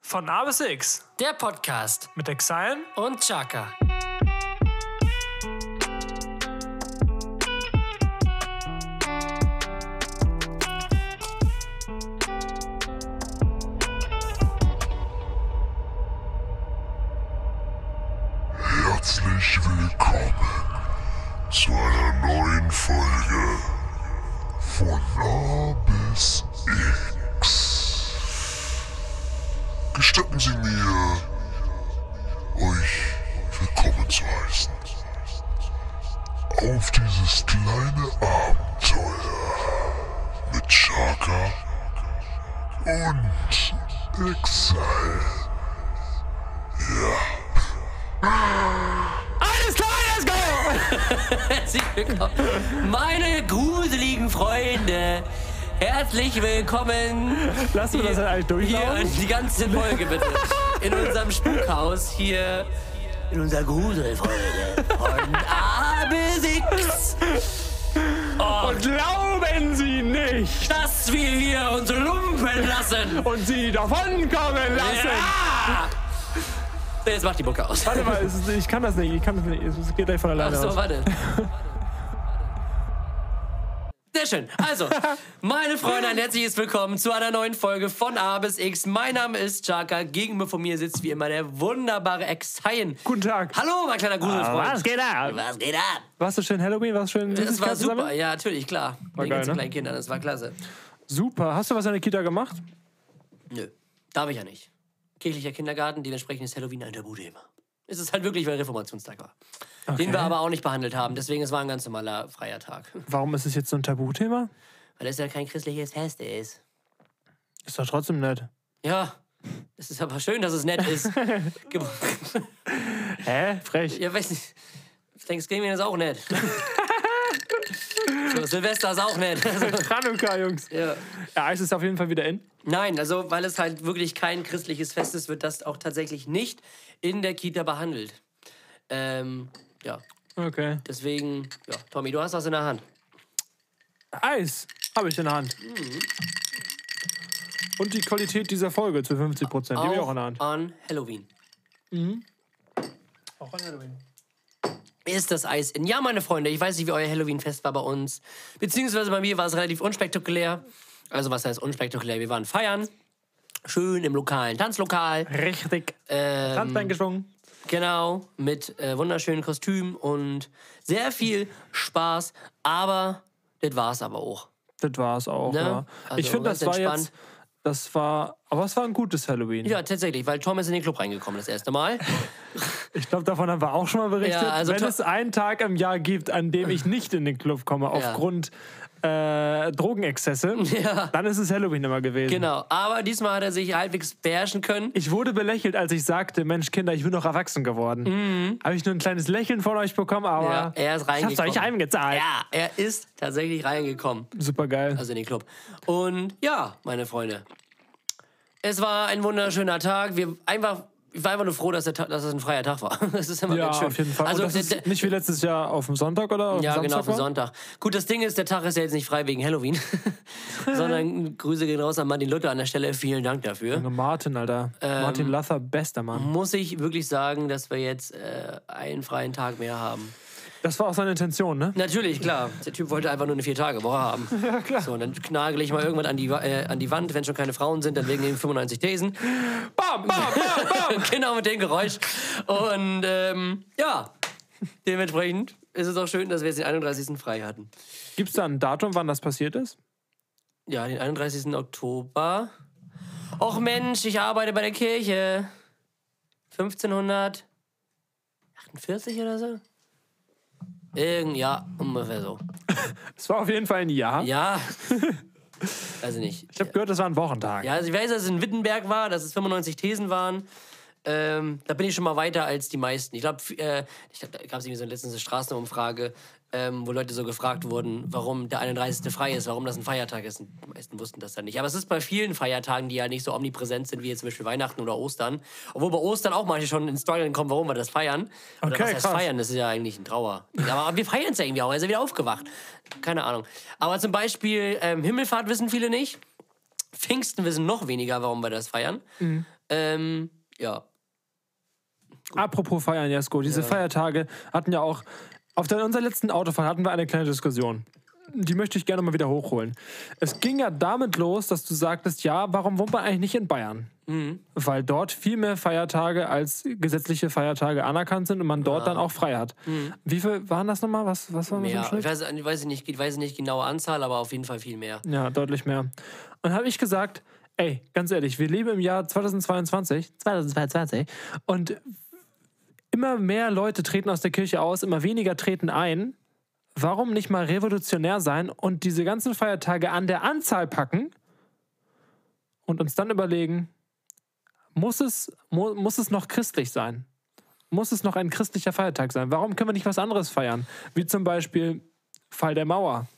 Von A bis X. Der Podcast Mit Exile und Chaka. Herzlich willkommen zu einer neuen Folge von A bis X. Gestatten Sie mir, euch willkommen zu heißen auf dieses kleine Abenteuer mit Chaka und Exile. Alles klar, let's go! Herzlich willkommen, meine gruseligen Freunde. Herzlich willkommen. Lassen wir das halt eigentlich Hier durchlaufen? die ganze Folge bitte. In unserem Spukhaus hier. In unserer Gruselfolge. Von A bis X. Und glauben Sie nicht! Dass wir hier uns lumpen lassen. Und Sie davonkommen lassen! Ja! So, jetzt macht die Mucke aus. Warte mal, ich kann das nicht. Es geht gleich von alleine Achso, aus. warte. Sehr schön. Also, meine Freunde, ein herzliches Willkommen zu einer neuen Folge von A bis X. Mein Name ist Chaka. Gegenüber von mir sitzt wie immer der wunderbare Exile. Guten Tag. Hallo, mein kleiner Gruselfreund. Was geht ab? Was geht ab? Warst du schön Halloween? Warst du schön Das war Süßigkeiten super. sammeln? Ja, natürlich, klar. Mit den geil, ganzen ne? kleinen Kindern, das war klasse. Super. Hast du was in der Kita gemacht? Nö, darf ich ja nicht. Kirchlicher Kindergarten, dementsprechend ist Halloween ein Tabuthema. Es ist halt wirklich, weil Reformationstag war. Den wir aber auch nicht behandelt haben. Deswegen, es war ein ganz normaler freier Tag. Warum ist es jetzt so ein Tabuthema? Weil es ja kein christliches Fest ist. Ist doch trotzdem nett. Ja, es ist aber schön, dass es nett ist. Hä? Frech. Ja, weiß nicht. Thanksgiving ist auch nett. So, Silvester ist auch nett. Also, Chanukka, Jungs. ja. Ja, Eis ist auf jeden Fall wieder in. Nein, also weil es halt wirklich kein christliches Fest ist, wird das auch tatsächlich nicht in der Kita behandelt. Ja, Okay. deswegen, ja, Tommy, du hast was in der Hand. Eis habe ich in der Hand. Und die Qualität dieser Folge zu 50%. Die habe ich auch in der Hand. An Halloween. Auch an Halloween. Ist das Eis in? Ja, meine Freunde, ich weiß nicht, wie euer Halloween-Fest war bei uns. Beziehungsweise bei mir war es relativ unspektakulär. Also was heißt unspektakulär? Wir waren feiern. Schön im lokalen Tanzlokal. Richtig. Tanzbein geschwungen. Genau, mit wunderschönen Kostümen und sehr viel Spaß. Aber das war's aber auch. Das war es auch, Ne? ja. Also Ich finde, ganz das war entspannt. jetzt... Aber es war ein gutes Halloween. Ja, tatsächlich, weil Tom ist in den Club reingekommen das erste Mal. Ich glaube, davon haben wir auch schon mal berichtet. Ja, also Wenn es einen Tag im Jahr gibt, an dem ich nicht in den Club komme, aufgrund Drogenexzesse, dann ist es Halloween immer gewesen. Genau, aber diesmal hat er sich halbwegs beherrschen können. Ich wurde belächelt, als ich sagte, Mensch, Kinder, ich bin noch erwachsen geworden. Habe ich nur ein kleines Lächeln von euch bekommen, aber Ja, er ist ich hab's reingekommen. euch heimgezahlt. Ja, er ist tatsächlich reingekommen. Super geil. Also in den Club. Und ja, meine Freunde, es war ein wunderschöner Tag. Ich war einfach nur froh, dass es ein freier Tag war. Das ist immer Ja, ganz schön. auf jeden Fall. Also, Und das ist nicht wie letztes Jahr auf dem Sonntag, oder? Auf ja, dem genau, Samstag auf den war? Sonntag. Gut, das Ding ist, der Tag ist ja jetzt nicht frei wegen Halloween, sondern Grüße gehen raus an Martin Luther an der Stelle. Vielen Dank dafür. Martin, Alter. Martin Lather, bester Mann. Muss ich wirklich sagen, dass wir jetzt einen freien Tag mehr haben. Das war auch seine Intention, ne? Natürlich, klar. Der Typ wollte einfach nur eine 4-Tage-Woche haben. Ja, klar. So, und dann nagel ich mal irgendwann an die Wand, wenn schon keine Frauen sind, dann wegen den 95 Thesen. Bam, bam, bam, bam. Genau mit dem Geräusch. Und ja, dementsprechend ist es auch schön, dass wir jetzt den 31. frei hatten. Gibt's da ein Datum, wann das passiert ist? Ja, den 31. Oktober. Och Mensch, ich arbeite bei der Kirche. 1548 oder so? Ja, ungefähr so. Es war auf jeden Fall ein Jahr. Ja, also nicht. Ich habe gehört, das war ein Wochentag. Ja, also ich weiß, dass es in Wittenberg war, dass es 95 Thesen waren. Da bin ich schon mal weiter als die meisten. Ich glaube, da gab es irgendwie so letztens eine Straßenumfrage, wo Leute so gefragt wurden, warum der 31. frei ist, warum das ein Feiertag ist. Und die meisten wussten das dann nicht. Aber es ist bei vielen Feiertagen, die ja nicht so omnipräsent sind, wie jetzt zum Beispiel Weihnachten oder Ostern. Obwohl bei Ostern auch manche schon ins Steuern kommen, warum wir das feiern. Oder Okay, was heißt krass. feiern? Das ist ja eigentlich ein Trauer. Aber wir feiern es ja irgendwie auch. Er ist ja wieder aufgewacht. Keine Ahnung. Aber zum Beispiel Himmelfahrt wissen viele nicht. Pfingsten wissen noch weniger, warum wir das feiern. Ja. Apropos Feiern, Jesko, diese Feiertage hatten ja auch, auf unserer letzten Autofahrt hatten wir eine kleine Diskussion. Die möchte ich gerne mal wieder hochholen. Es ging ja damit los, dass du sagtest, ja, warum wohnt man eigentlich nicht in Bayern? Mhm. Weil dort viel mehr Feiertage als gesetzliche Feiertage anerkannt sind und man dort dann auch frei hat. Mhm. Wie viel waren das nochmal? Was war mehr? So ich weiß nicht genaue Anzahl, aber auf jeden Fall viel mehr. Ja, deutlich mehr. Und habe ich gesagt, ey, ganz ehrlich, wir leben im Jahr 2022 und immer mehr Leute treten aus der Kirche aus, immer weniger treten ein. Warum nicht mal revolutionär sein und diese ganzen Feiertage an der Anzahl packen und uns dann überlegen, muss es noch christlich sein? Muss es noch ein christlicher Feiertag sein? Warum können wir nicht was anderes feiern? Wie zum Beispiel Fall der Mauer,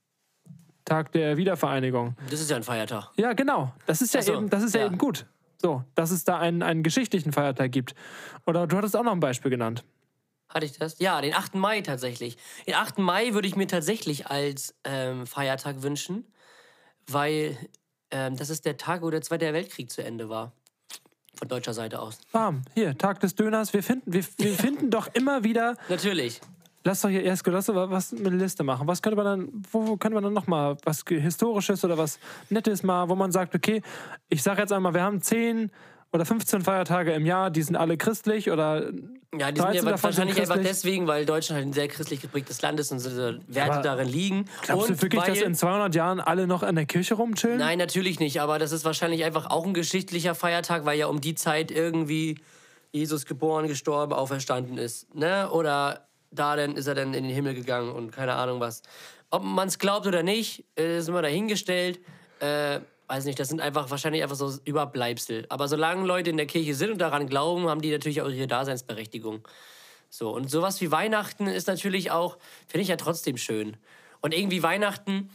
Tag der Wiedervereinigung. Das ist ja ein Feiertag. Ja, genau. Das ist ja eben gut. So, dass es da einen geschichtlichen Feiertag gibt. Oder du hattest auch noch ein Beispiel genannt. Hatte ich das? Ja, den 8. Mai tatsächlich. Den 8. Mai würde ich mir tatsächlich als Feiertag wünschen, weil das ist der Tag, wo der Zweite Weltkrieg zu Ende war. Von deutscher Seite aus. Hier, Tag des Döners. Wir finden doch immer wieder... Natürlich. Lass doch hier erst was mit einer Liste machen. Was könnte man dann, wo können wir dann noch mal was Historisches oder was Nettes mal, wo man sagt, okay, ich sage jetzt einmal, wir haben 10 oder 15 Feiertage im Jahr, die sind alle christlich oder ja, die sind ja wahrscheinlich einfach deswegen, weil Deutschland halt ein sehr christlich geprägtes Land ist und so Werte darin liegen. Glaubst du wirklich, dass in 200 Jahren alle noch in der Kirche rumchillen? Nein, natürlich nicht, aber das ist wahrscheinlich einfach auch ein geschichtlicher Feiertag, weil ja um die Zeit irgendwie Jesus geboren, gestorben, auferstanden ist, ne? Oder ist er dann in den Himmel gegangen und keine Ahnung was. Ob man es glaubt oder nicht, ist immer dahingestellt. Weiß nicht, das sind wahrscheinlich einfach so Überbleibsel. Aber solange Leute in der Kirche sind und daran glauben, haben die natürlich auch ihre Daseinsberechtigung. So, und sowas wie Weihnachten ist natürlich auch, finde ich ja trotzdem schön. Und irgendwie Weihnachten,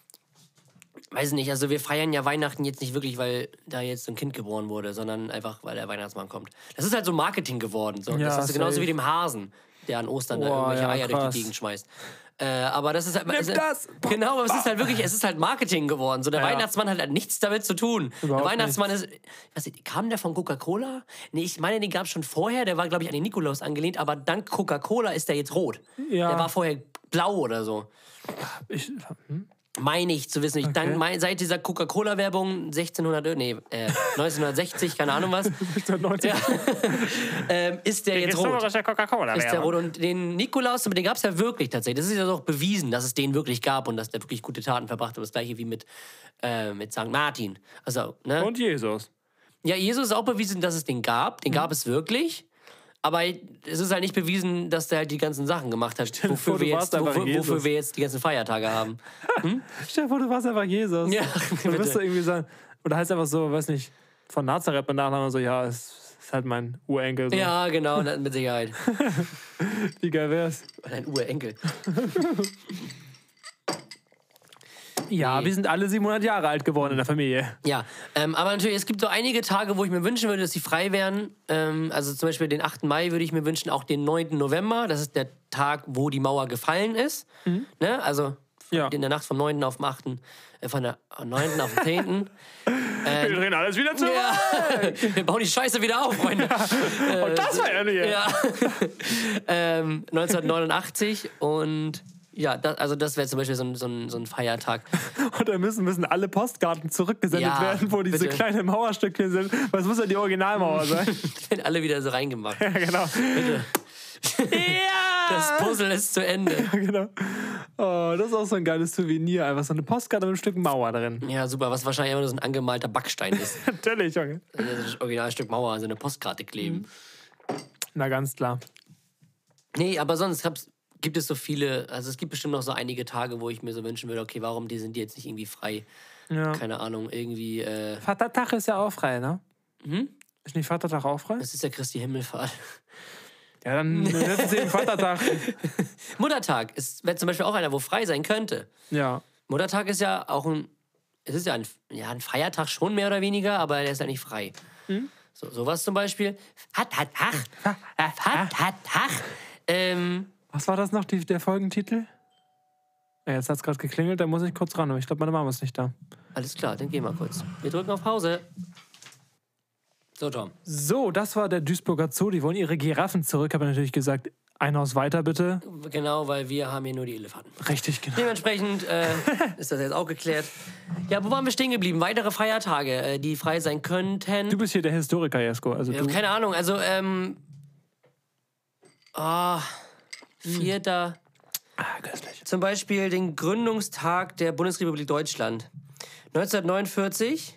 weiß nicht, also wir feiern ja Weihnachten jetzt nicht wirklich, weil da jetzt ein Kind geboren wurde, sondern einfach, weil der Weihnachtsmann kommt. Das ist halt so Marketing geworden. So. Ja, das ist genauso wie dem Hasen, der an Ostern irgendwelche Eier durch die Gegend schmeißt. Aber das ist halt... Genau, aber es ist halt Marketing geworden. So, der Weihnachtsmann hat halt nichts damit zu tun. Überhaupt der Weihnachtsmann ist... Kam der von Coca-Cola? Nee, ich meine, den gab es schon vorher. Der war, glaube ich, an den Nikolaus angelehnt. Aber dank Coca-Cola ist der jetzt rot. Ja. Der war vorher blau oder so. Meine ich zu wissen. Seit dieser Coca-Cola-Werbung 1960, keine Ahnung was. 1990. Ist der jetzt rot. Ist der rot. Und den Nikolaus, den gab es ja wirklich tatsächlich. Das ist ja doch bewiesen, dass es den wirklich gab und dass der wirklich gute Taten verbracht hat. Das gleiche wie mit St. Martin. Also, ne? Und Jesus. Ja, Jesus ist auch bewiesen, dass es den gab. Den gab es wirklich. Aber es ist halt nicht bewiesen, dass der halt die ganzen Sachen gemacht hat, wofür wir jetzt die ganzen Feiertage haben. Stell dir vor, du warst einfach Jesus. Ja, du wirst du irgendwie sagen, oder heißt einfach so, weiß nicht, von Nazareth mit Nachnamen so, ja, es ist halt mein Urenkel. So. Ja, genau, mit Sicherheit. Wie geil wär's? Dein Urenkel. Ja, wir sind alle 700 Jahre alt geworden in der Familie. Ja, aber natürlich, es gibt so einige Tage, wo ich mir wünschen würde, dass sie frei wären. Also zum Beispiel den 8. Mai würde ich mir wünschen, auch den 9. November. Das ist der Tag, wo die Mauer gefallen ist. Mhm. Ne? Also in der Nacht vom 9. auf dem 8. Von der 9. auf den 10. Wir drehen alles wieder zurück. Ja. Wir bauen die Scheiße wieder auf, Freunde. Und das war ehrlich. Ja. 1989 und... Ja, das wäre zum Beispiel so ein Feiertag. Und da müssen alle Postkarten zurückgesendet werden, wo diese kleinen Mauerstückchen sind. Weil es muss ja die Originalmauer sein. Die werden alle wieder so reingemacht. Ja, genau. Bitte. Ja! Das Puzzle ist zu Ende. Ja, genau. Oh, das ist auch so ein geiles Souvenir. Einfach so eine Postkarte mit einem Stück Mauer drin. Ja, super. Was wahrscheinlich immer nur so ein angemalter Backstein ist. Natürlich, Junge. Das Originalstück Mauer, also eine Postkarte kleben. Na, ganz klar. Nee, aber sonst gibt es so viele, also es gibt bestimmt noch so einige Tage, wo ich mir so wünschen würde, okay, warum sind die jetzt nicht irgendwie frei? Ja. Keine Ahnung, irgendwie... Vatertag ist ja auch frei, ne? Ist nicht Vatertag auch frei? Das ist ja Christi Himmelfahrt. Ja, dann setzen sie den Vatertag. Muttertag wäre zum Beispiel auch einer, wo frei sein könnte. Ja. Muttertag ist ja auch ein Feiertag schon mehr oder weniger, aber der ist ja nicht frei. Sowas zum Beispiel. Was war das noch, der Folgentitel? Ja, jetzt hat es gerade geklingelt, da muss ich kurz ran. Aber ich glaube, meine Mama ist nicht da. Alles klar, dann gehen wir kurz. Wir drücken auf Pause. So, Tom. So, das war der Duisburger Zoo. Die wollen ihre Giraffen zurück. Habe natürlich gesagt, ein Haus weiter bitte. Genau, weil wir haben hier nur die Elefanten. Richtig, genau. Dementsprechend ist das jetzt auch geklärt. Ja, wo waren wir stehen geblieben? Weitere Feiertage, die frei sein könnten. Du bist hier der Historiker, Jesko. Also du. Keine Ahnung, also 4. Köstlich. Zum Beispiel den Gründungstag der Bundesrepublik Deutschland. 1949,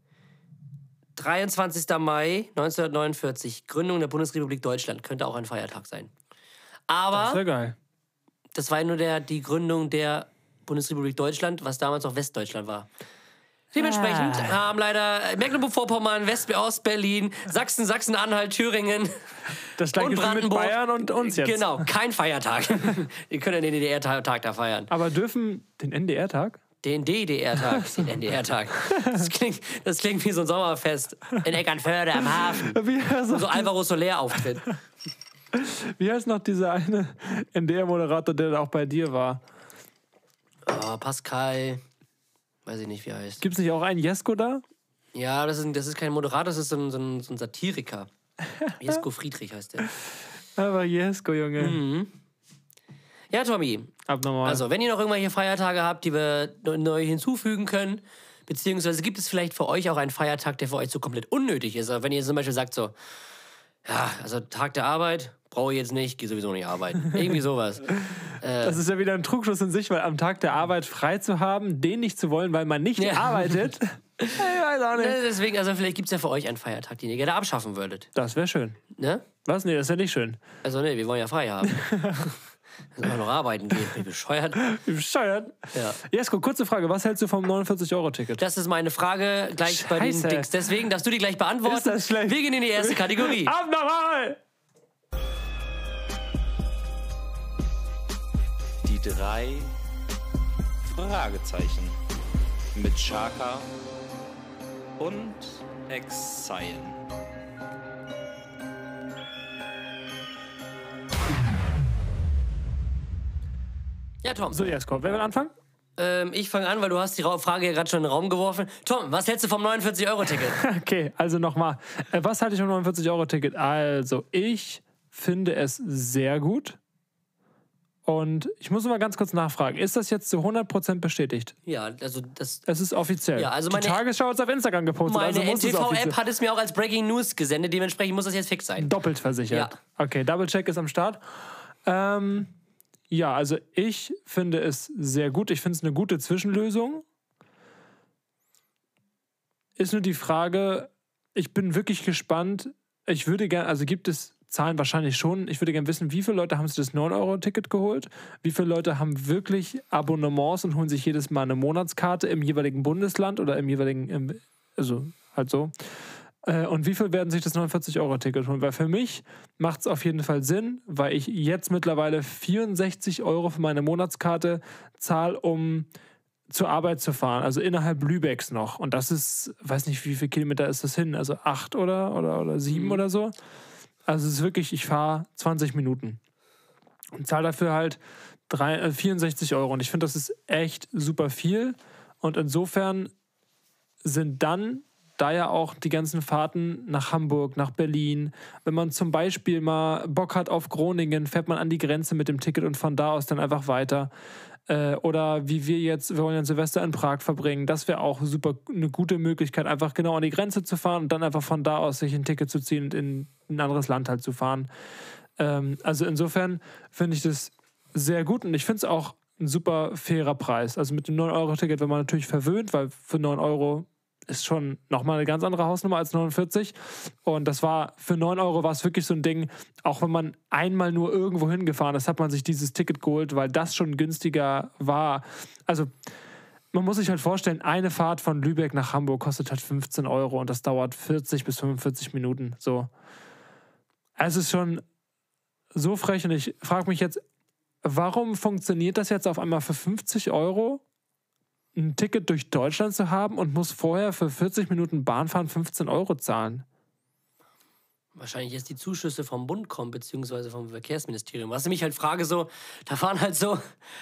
23. Mai 1949, Gründung der Bundesrepublik Deutschland. Könnte auch ein Feiertag sein. Das Aber wäre geil. das war nur die Gründung der Bundesrepublik Deutschland, was damals noch Westdeutschland war. Dementsprechend haben leider Mecklenburg-Vorpommern, Ost-Berlin, Sachsen, Sachsen-Anhalt, Thüringen Das gleiche und wie mit Brandenburg. Bayern und uns jetzt. Genau, kein Feiertag. Die können den DDR-Tag da feiern. Aber dürfen den NDR-Tag? Den DDR-Tag, den NDR-Tag. Das klingt wie so ein Sommerfest in Eckernförde am Hafen. So Alvaro Soler-Auftritt. Wie heißt noch dieser eine NDR-Moderator, der da auch bei dir war? Oh, Pascal, weiß ich nicht, wie er heißt. Gibt es nicht auch einen Jesko da? Ja, das ist kein Moderator, das ist so ein Satiriker. Jesko Friedrich heißt der. Aber Jesko, Junge. Ja, Tommy. Abnormal. Also, wenn ihr noch irgendwelche Feiertage habt, die wir neu hinzufügen können, beziehungsweise gibt es vielleicht für euch auch einen Feiertag, der für euch so komplett unnötig ist. Also wenn ihr zum Beispiel sagt so, ja, also Tag der Arbeit, brauche ich jetzt nicht, gehe sowieso nicht arbeiten. Irgendwie sowas. Das ist ja wieder ein Trugschluss in sich, weil am Tag der Arbeit frei zu haben, den nicht zu wollen, weil man nicht arbeitet. Ich weiß auch nicht. Deswegen, also vielleicht gibt es ja für euch einen Feiertag, den ihr gerne abschaffen würdet. Das wäre schön. Ne? Was? Nee, das ist ja nicht schön. Also ne, wir wollen ja frei haben. Dass man noch arbeiten geht, bin ich bescheuert. Wie bescheuert. Ja. Jesko, kurze Frage. Was hältst du vom 49-Euro-Ticket? Das ist meine Frage gleich bei den Scheiße. Dings. Deswegen darfst du die gleich beantworten. Ist das schlecht? Wir gehen in die erste Kategorie. Abnormal! Die 3 Fragezeichen mit Chaka und Exile. Ja, Tom. So, Jesko, wer will anfangen? Ich fange an, weil du hast die Frage ja gerade schon in den Raum geworfen. Tom, was hältst du vom 49-Euro-Ticket? Okay, also nochmal. Was halte ich vom 49-Euro-Ticket? Also, ich finde es sehr gut. Und ich muss mal ganz kurz nachfragen. Ist das jetzt zu 100% bestätigt? Ja, also das... Es ist offiziell. Ja, also die Tagesschau hat es auf Instagram gepostet. Meine also muss es NTV-App offiziell- hat es mir auch als Breaking News gesendet, dementsprechend muss das jetzt fix sein. Doppelt versichert. Ja. Okay, Double Check ist am Start. Ja, also ich finde es sehr gut. Ich finde es eine gute Zwischenlösung. Ist nur die Frage, ich bin wirklich gespannt. Ich würde gerne, also gibt es Zahlen wahrscheinlich schon. Ich würde gerne wissen, wie viele Leute haben sich das 9-Euro-Ticket geholt? Wie viele Leute haben wirklich Abonnements und holen sich jedes Mal eine Monatskarte im jeweiligen Bundesland oder im jeweiligen, also halt so. Und wie viel werden sich das 49-Euro-Ticket holen? Weil für mich macht es auf jeden Fall Sinn, weil ich jetzt mittlerweile 64 Euro für meine Monatskarte zahle, um zur Arbeit zu fahren. Also innerhalb Lübecks noch. Und das ist, weiß nicht, wie viele Kilometer ist das hin? Also 8 oder 7 oder so. Also es ist wirklich, ich fahre 20 Minuten und zahle dafür halt 64 Euro. Und ich finde, das ist echt super viel. Und insofern sind dann da ja auch die ganzen Fahrten nach Hamburg, nach Berlin. Wenn man zum Beispiel mal Bock hat auf Groningen, fährt man an die Grenze mit dem Ticket und von da aus dann einfach weiter. Oder wie wir jetzt, wir wollen ja Silvester in Prag verbringen. Das wäre auch super eine gute Möglichkeit, einfach genau an die Grenze zu fahren und dann einfach von da aus sich ein Ticket zu ziehen und in ein anderes Land halt zu fahren. Also insofern finde ich das sehr gut und ich finde es auch ein super fairer Preis. Also mit dem 9-Euro-Ticket wird man natürlich verwöhnt, weil für 9 Euro ist schon nochmal eine ganz andere Hausnummer als 49. Und das war, für 9 Euro war es wirklich so ein Ding, auch wenn man einmal nur irgendwo hingefahren ist, hat man sich dieses Ticket geholt, weil das schon günstiger war. Also man muss sich halt vorstellen, eine Fahrt von Lübeck nach Hamburg kostet halt 15 Euro und das dauert 40 bis 45 Minuten. So. Es ist schon so frech und ich frage mich jetzt, warum funktioniert das jetzt auf einmal für 50 Euro? Ein Ticket durch Deutschland zu haben und muss vorher für 40 Minuten Bahnfahren 15 Euro zahlen. Wahrscheinlich jetzt die Zuschüsse vom Bund kommen, beziehungsweise vom Verkehrsministerium. Was ich mich halt frage, so, da fahren halt so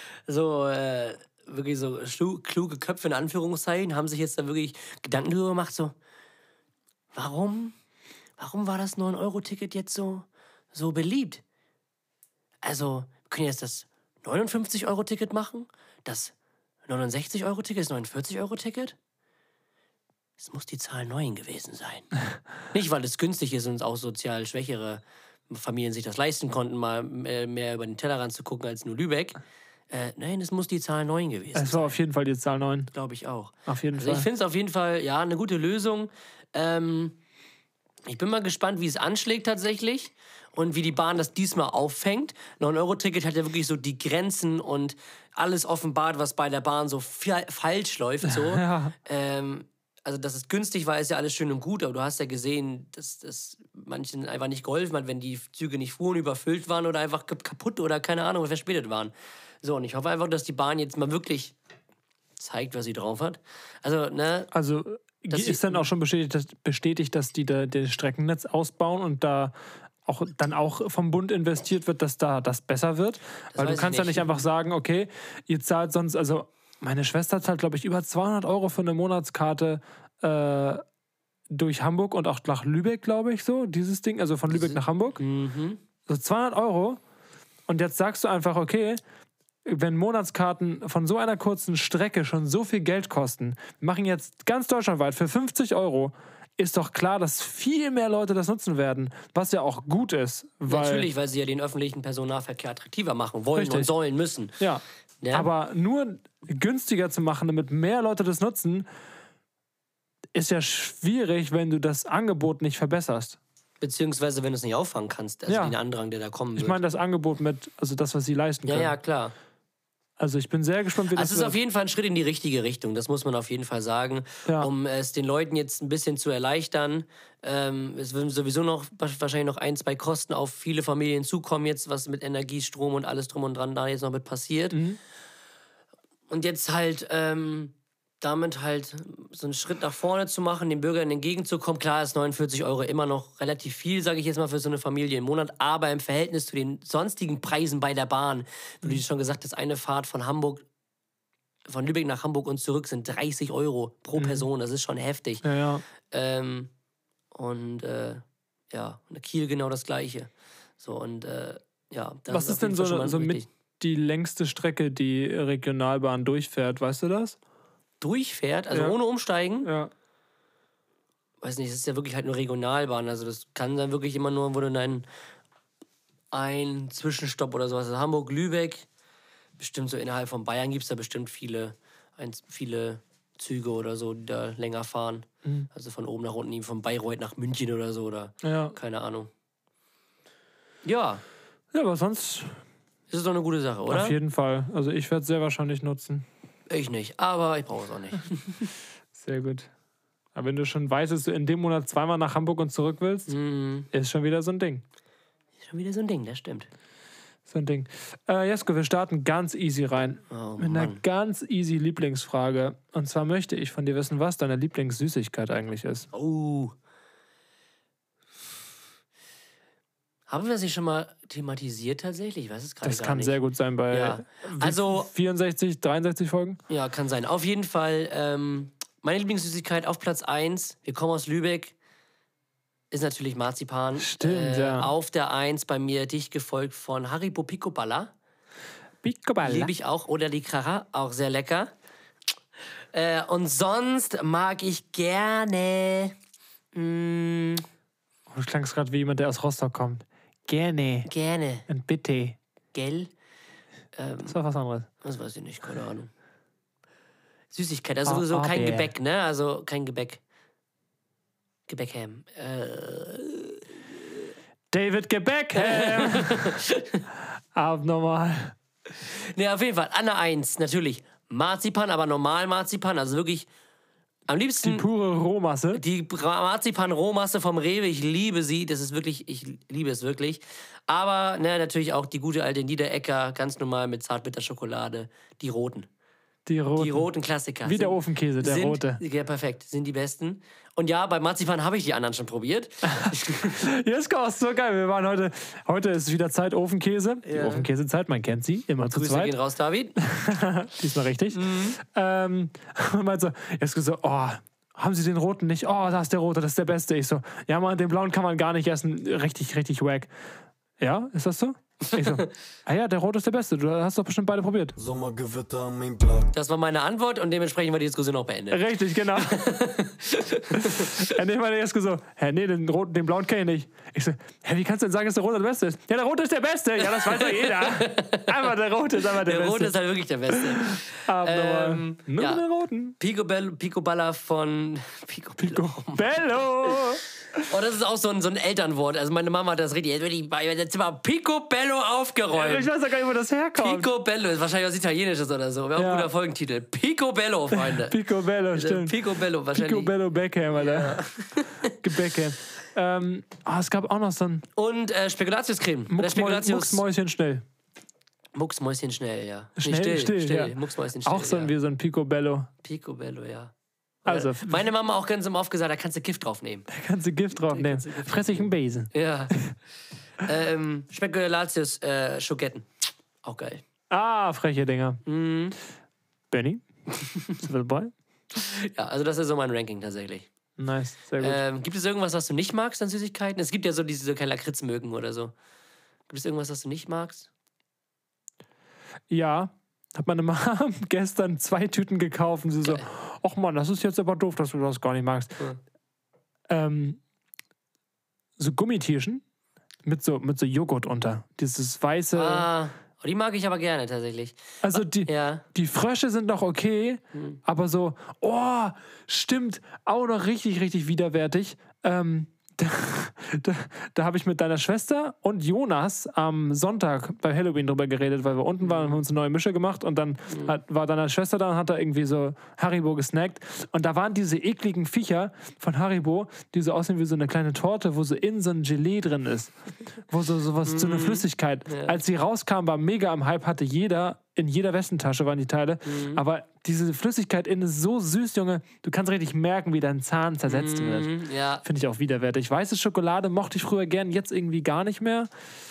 wirklich so kluge Köpfe in Anführungszeichen, haben sich jetzt da wirklich Gedanken darüber gemacht, so, warum warum war das 9-Euro-Ticket jetzt so beliebt? Also, wir können jetzt das 59-Euro-Ticket machen, das 69-Euro-Ticket, das 49-Euro-Ticket. Es muss die Zahl 9 gewesen sein. Nicht, weil es günstig ist und auch sozial schwächere Familien sich das leisten konnten, mal mehr über den Tellerrand zu gucken als nur Lübeck. Nein, es muss die Zahl 9 gewesen sein. Es war auf jeden Fall die Zahl 9. Glaube ich auch. Auf jeden Also Fall. ich finde es auf jeden Fall, ja, eine gute Lösung. Ich bin mal gespannt, wie es anschlägt tatsächlich und wie die Bahn das diesmal auffängt. 9-Euro-Ticket hat ja wirklich so die Grenzen und alles offenbart, was bei der Bahn so falsch läuft. So. Ja. Also, dass es günstig war, ist ja alles schön und gut, aber du hast ja gesehen, dass manchen einfach nicht geholfen hat, wenn die Züge nicht fuhren, überfüllt waren oder einfach kaputt oder keine Ahnung, verspätet waren. So, und ich hoffe einfach, dass die Bahn jetzt mal wirklich zeigt, was sie drauf hat. Also, ne? Also Dass ist dann auch schon bestätigt, dass die da das Streckennetz ausbauen und da dann auch vom Bund investiert wird, dass da das besser wird. Weil du weiß ich kannst ja nicht. nicht einfach sagen, okay, ihr zahlt sonst, also meine Schwester zahlt, glaube ich, über 200 Euro für eine Monatskarte durch Hamburg und auch nach Lübeck, glaube ich, so, dieses Ding, also von Lübeck nach Hamburg. So 200 Euro. Und jetzt sagst du einfach, okay, wenn Monatskarten von so einer kurzen Strecke schon so viel Geld kosten, wir machen jetzt ganz deutschlandweit für 50 Euro, ist doch klar, dass viel mehr Leute das nutzen werden, was ja auch gut ist. Weil, Natürlich, weil sie ja den öffentlichen Personennahverkehr attraktiver machen wollen Richtig. und sollen müssen. Ja. Ja. Aber nur günstiger zu machen, damit mehr Leute das nutzen, ist ja schwierig, wenn du das Angebot nicht verbesserst. Beziehungsweise, wenn du es nicht auffangen kannst, also Ja. den Andrang, der da kommen wird. Ich meine, das Angebot also das, was sie leisten ja, können. ja, klar. Also ich bin sehr gespannt, wie das Also es ist wird. auf jeden Fall ein Schritt in die richtige Richtung, das muss man auf jeden Fall sagen. Ja. Um es den Leuten jetzt ein bisschen zu erleichtern. Es würden sowieso noch wahrscheinlich noch 1, 2 Kosten auf viele Familien zukommen jetzt, was mit Energie, Strom und alles drum und dran da jetzt noch mit passiert. Und jetzt halt damit halt so einen Schritt nach vorne zu machen, den Bürgern entgegenzukommen. Klar ist 49 Euro immer noch relativ viel, sage ich jetzt mal, für so eine Familie im Monat, aber im Verhältnis zu den sonstigen Preisen bei der Bahn, wie du schon gesagt hast, eine Fahrt von Lübeck nach Hamburg und zurück sind 30 Euro pro Person, das ist schon heftig. Ja. Und Kiel genau das Gleiche. So, und ja, das Was ist auf denn jeden Fall schon mal so mit richtig. die längste Strecke, die Regionalbahn durchfährt? Weißt du das? Durchfährt, also Ja. ohne Umsteigen? Ja. Weiß nicht, es ist ja wirklich halt nur Regionalbahn. Also das kann dann wirklich immer nur, wo du dann ein Zwischenstopp oder sowas. Also Hamburg, Lübeck, bestimmt so innerhalb von Bayern gibt es da bestimmt viele Züge oder so, die da länger fahren. Also von oben nach unten, von Bayreuth nach München oder so oder Ja. keine Ahnung. Ja, Ja, aber sonst ist es doch eine gute Sache, oder? auf jeden Fall. Also ich werde es sehr wahrscheinlich nutzen. Ich nicht, aber ich brauche es auch nicht. Sehr gut. Aber wenn du schon weißt, dass du in dem Monat zweimal nach Hamburg und zurück willst, ist schon wieder so ein Ding. Ist schon wieder so ein Ding, das stimmt. So ein Ding. Jesko, wir starten ganz easy rein. Oh, Mit einer Mann. ganz easy Lieblingsfrage. Und zwar möchte ich von dir wissen, was deine Lieblingssüßigkeit eigentlich ist. Oh. Haben wir das nicht schon mal thematisiert tatsächlich? Ich weiß es gerade Das gar kann nicht. sehr gut sein bei Ja. Also, 64, 63 Folgen. ja, kann sein. Auf jeden Fall, meine Lieblingssüßigkeit auf Platz 1, wir kommen aus Lübeck, ist natürlich Marzipan. Stimmt, ja. Auf der 1 bei mir dicht gefolgt von Haribo Picoballa. Picoballa. Liebe ich auch. Oder die Krara, auch sehr lecker. Und sonst mag ich gerne... Du klangst gerade wie jemand, der aus Rostock kommt. Gerne. Gerne. Und bitte. Gell? Das war was anderes. Das weiß ich nicht, keine Ahnung. Süßigkeit, also Ah, sowieso kein aber- Gebäck, ne? Also kein Gebäck. Gebäckham. David Gebeckham. Abnormal. Ne, auf jeden Fall. An der 1, natürlich. Marzipan, aber normal Marzipan. Also wirklich am Die liebsten pure Rohmasse. die Marzipan-Rohmasse vom Rewe. Ich liebe sie. Das ist wirklich, ich liebe es wirklich. Aber ne, natürlich auch die gute alte Niederecker, ganz normal mit Zartbitterschokolade. Die roten. Die roten. Die roten Klassiker. Wie der Sind- Ofenkäse, der sind, rote. Ja, perfekt. Sind die besten. Und ja, bei Marzipan habe ich die anderen schon probiert. Jesko, ist so geil. Wir waren heute ist wieder Zeit Ofenkäse. Die Ja. Ofenkäsezeit, man kennt sie, immer zu Grüße zweit. gehen raus, David. Diesmal richtig. Und meinte so, Jesko so, oh, haben Sie den roten nicht? Oh, da ist der rote, das ist der beste. Ich so, ja Mann, den blauen kann man gar nicht essen. Richtig, richtig wack. Ja, ist das so? Ich so, ja, der rote ist der beste. Du hast doch bestimmt beide probiert. Sommergewitter am mein Block. Das war meine Antwort und dementsprechend war die Diskussion auch beendet. Richtig, genau. Ja, nee, meine erst so, nee, den blauen kenne ich nicht. Ich so, wie kannst du denn sagen, dass der rote der beste ist? Ja, der rote ist der beste. Ja, das weiß doch jeder. Aber der rote ist aber der beste. Der rote ist halt wirklich der beste. Nur ja. den roten. Picoballa von Picobello. Bello! Oh, das ist auch so ein Elternwort. Also meine Mama hat das richtig, jetzt mal Picobello aufgeräumt. Ich weiß doch gar nicht, wo das herkommt. Picobello ist wahrscheinlich was Italienisches oder so. Wäre auch ein guter Folgentitel. Picobello, Freunde. Picobello, stimmt. Picobello wahrscheinlich. Picobello Beckham, Alter. Beckham. Es gab auch noch so ein Und Spekulatiuscreme. Mucksmäuschen schnell. Mucksmäuschen schnell, ja. Still, ja. Mucksmäuschen schnell. Auch so wie so ein Picobello. Picobello, ja. Also, meine Mama auch ganz oft gesagt, da kannst du Gift draufnehmen. Da kannst du Gift draufnehmen. Fress ich einen Besen. Ja. Spekulatius Schoketten. Auch geil. Freche Dinger. Benny? Bist du dabei? Ja, also das ist so mein Ranking tatsächlich. Nice, sehr gut. Gibt es irgendwas, was du nicht magst an Süßigkeiten? Es gibt ja so diese, so keine Lakritz mögen oder so. Gibt es irgendwas, was du nicht magst? Ja, hat meine Mom gestern 2 Tüten gekauft und sie so, ach Mann, das ist jetzt aber doof, dass du das gar nicht magst. Ja. So Gummitierchen mit so Joghurt unter. Dieses weiße... Die mag ich aber gerne tatsächlich. Also die Frösche sind noch okay, aber so, stimmt, auch noch richtig, richtig widerwärtig. Da habe ich mit deiner Schwester und Jonas am Sonntag bei Halloween drüber geredet, weil wir unten waren und haben uns eine neue Mische gemacht und dann war deine Schwester da und hat da irgendwie so Haribo gesnackt und da waren diese ekligen Viecher von Haribo, die so aussehen wie so eine kleine Torte, wo so in so ein Gelee drin ist, wo sowas, so eine Flüssigkeit. Ja. Als sie rauskam, war mega am Hype, hatte in jeder Westentasche waren die Teile, aber diese Flüssigkeit innen ist so süß, Junge, du kannst richtig merken, wie dein Zahn zersetzt wird. Ja. Finde ich auch widerwärtig. Weiße Schokolade mochte ich früher gern, jetzt irgendwie gar nicht mehr.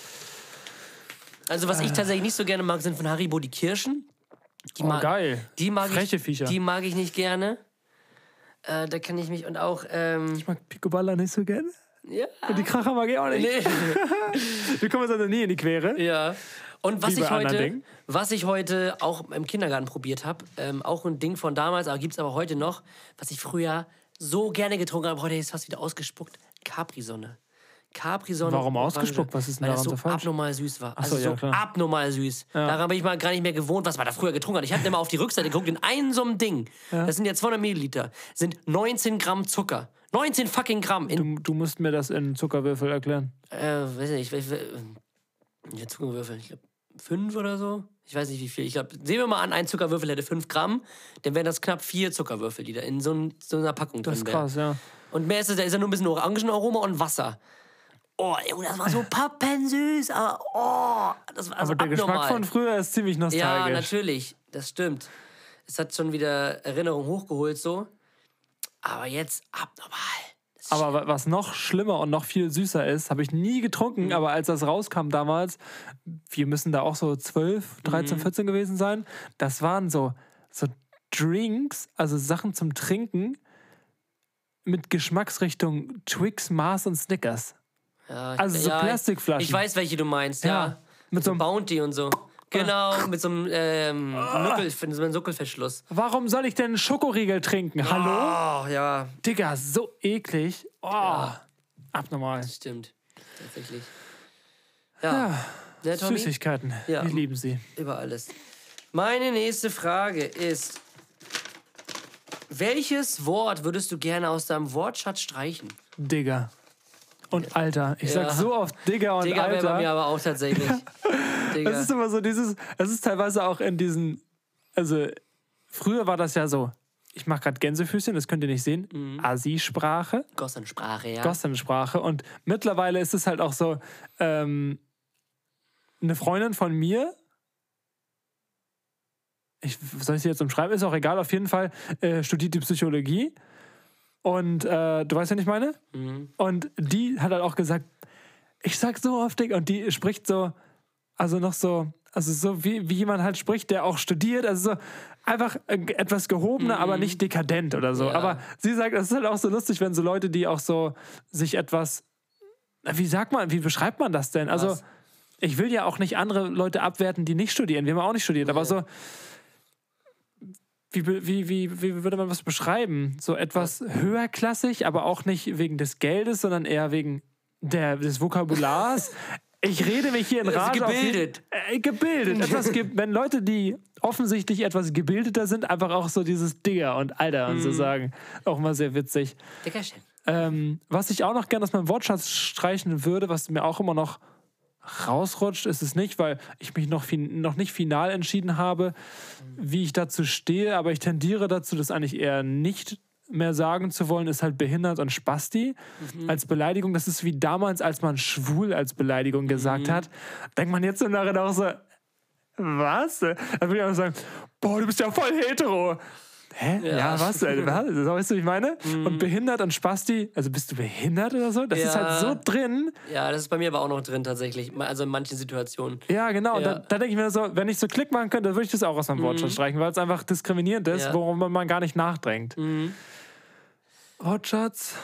Also was ich tatsächlich nicht so gerne mag, sind von Haribo die Kirschen. Geil. Freche Viecher. Die mag ich nicht gerne. Da kann ich mich und auch... Ich mag Picoballa nicht so gerne. Ja. Und die Kracher mag ich auch nicht. Nee. Wir kommen uns also nie in die Quere. Ja. Und was ich heute auch im Kindergarten probiert habe, auch ein Ding von damals, aber gibt es aber heute noch, was ich früher so gerne getrunken habe, heute ist fast wieder ausgespuckt, Capri-Sonne. Capri-Sonne. Warum ausgespuckt? Was ist denn daran so falsch? Weil das so abnormal süß war. Achso, also ja, so abnormal süß. Ja. Daran bin ich mal gar nicht mehr gewohnt, was man da früher getrunken hat. Ich habe immer auf die Rückseite geguckt, in einem so einem Ding, das sind ja 200 Milliliter, sind 19 Gramm Zucker. 19 fucking Gramm. Du musst mir das in Zuckerwürfel erklären. Weiß nicht, ja, Zuckerwürfel, ich glaube 5 oder so. Ich weiß nicht wie viel. Ich glaube, sehen wir mal an, ein Zuckerwürfel hätte 5 Gramm, dann wären das knapp 4 Zuckerwürfel, die da in so einer Packung drin wären. Das ist krass, ja. Und mehr ist es, da ist ja nur ein bisschen Orangenaroma und Wasser. Oh, das war so pappensüß, aber das war also aber der abnormal. Geschmack von früher ist ziemlich nostalgisch. Ja, natürlich, das stimmt. Es hat schon wieder Erinnerungen hochgeholt so. Aber jetzt abnormal. Aber was noch schlimmer und noch viel süßer ist, habe ich nie getrunken, aber als das rauskam damals, wir müssen da auch so 12, 13, 14 gewesen sein, das waren so Drinks, also Sachen zum Trinken mit Geschmacksrichtung Twix, Mars und Snickers. Ja, also so Plastikflaschen. Ich weiß, welche du meinst, ja. Mit so einem Bounty und so. Genau, mit so einem Nuckelverschluss. Warum soll ich denn Schokoriegel trinken? Hallo? Oh, ja. Digga, so eklig. Abnormal. Das stimmt, tatsächlich. Ja, Süßigkeiten, wir lieben sie. Über alles. Meine nächste Frage ist, welches Wort würdest du gerne aus deinem Wortschatz streichen? Digga. Und Alter. Ich sag so oft Digga und Digga Alter. Digga wäre bei mir aber auch tatsächlich. Es ist immer so es ist teilweise auch in diesen, also früher war das ja so, ich mache gerade Gänsefüßchen, das könnt ihr nicht sehen, Assi-Sprache. Gossensprache, ja. Gossensprache. Und mittlerweile ist es halt auch so, eine Freundin von mir, soll ich sie jetzt umschreiben? Ist auch egal, auf jeden Fall studiert die Psychologie. Und du weißt ja nicht meine? Und die hat halt auch gesagt, ich sag so oft Digga. Und die spricht so, also noch so Also so wie jemand halt spricht, der auch studiert. Also so einfach etwas gehobener, aber nicht dekadent oder so. Ja. Aber sie sagt, es ist halt auch so lustig, wenn so Leute, die auch so sich etwas... wie beschreibt man das denn? Also Was? ich will ja auch nicht andere Leute abwerten, die nicht studieren. Wir haben auch nicht studiert, aber so... Wie würde man was beschreiben? So etwas höherklassig, aber auch nicht wegen des Geldes, sondern eher wegen des Vokabulars. Ich rede mich hier in Rage. gebildet. Gebildet. Wenn Leute, die offensichtlich etwas gebildeter sind, einfach auch so dieses Digger und Alter und so sagen. Auch mal sehr witzig. Dickerchen. Was ich auch noch gerne aus meinem Wortschatz streichen würde, was mir auch immer noch rausrutscht, ist es nicht, weil ich mich noch nicht final entschieden habe, wie ich dazu stehe, aber ich tendiere dazu, das eigentlich eher nicht mehr sagen zu wollen, ist halt behindert und Spasti als Beleidigung. Das ist wie damals, als man schwul als Beleidigung gesagt hat. Denkt man jetzt im Nachhinein auch so, was? Dann würde ich auch sagen, boah, du bist ja voll hetero. Hä? Ja, was? Weißt du, wie ich meine? Und behindert und Spasti, also bist du behindert oder so? Das ist halt so drin. Ja, das ist bei mir aber auch noch drin tatsächlich. Also in manchen Situationen. Ja, genau. Ja. Da denke ich mir so, wenn ich so Klick machen könnte, dann würde ich das auch aus meinem Wortschatz streichen, weil es einfach diskriminierend ist, worum man gar nicht nachdenkt. Wortschatz.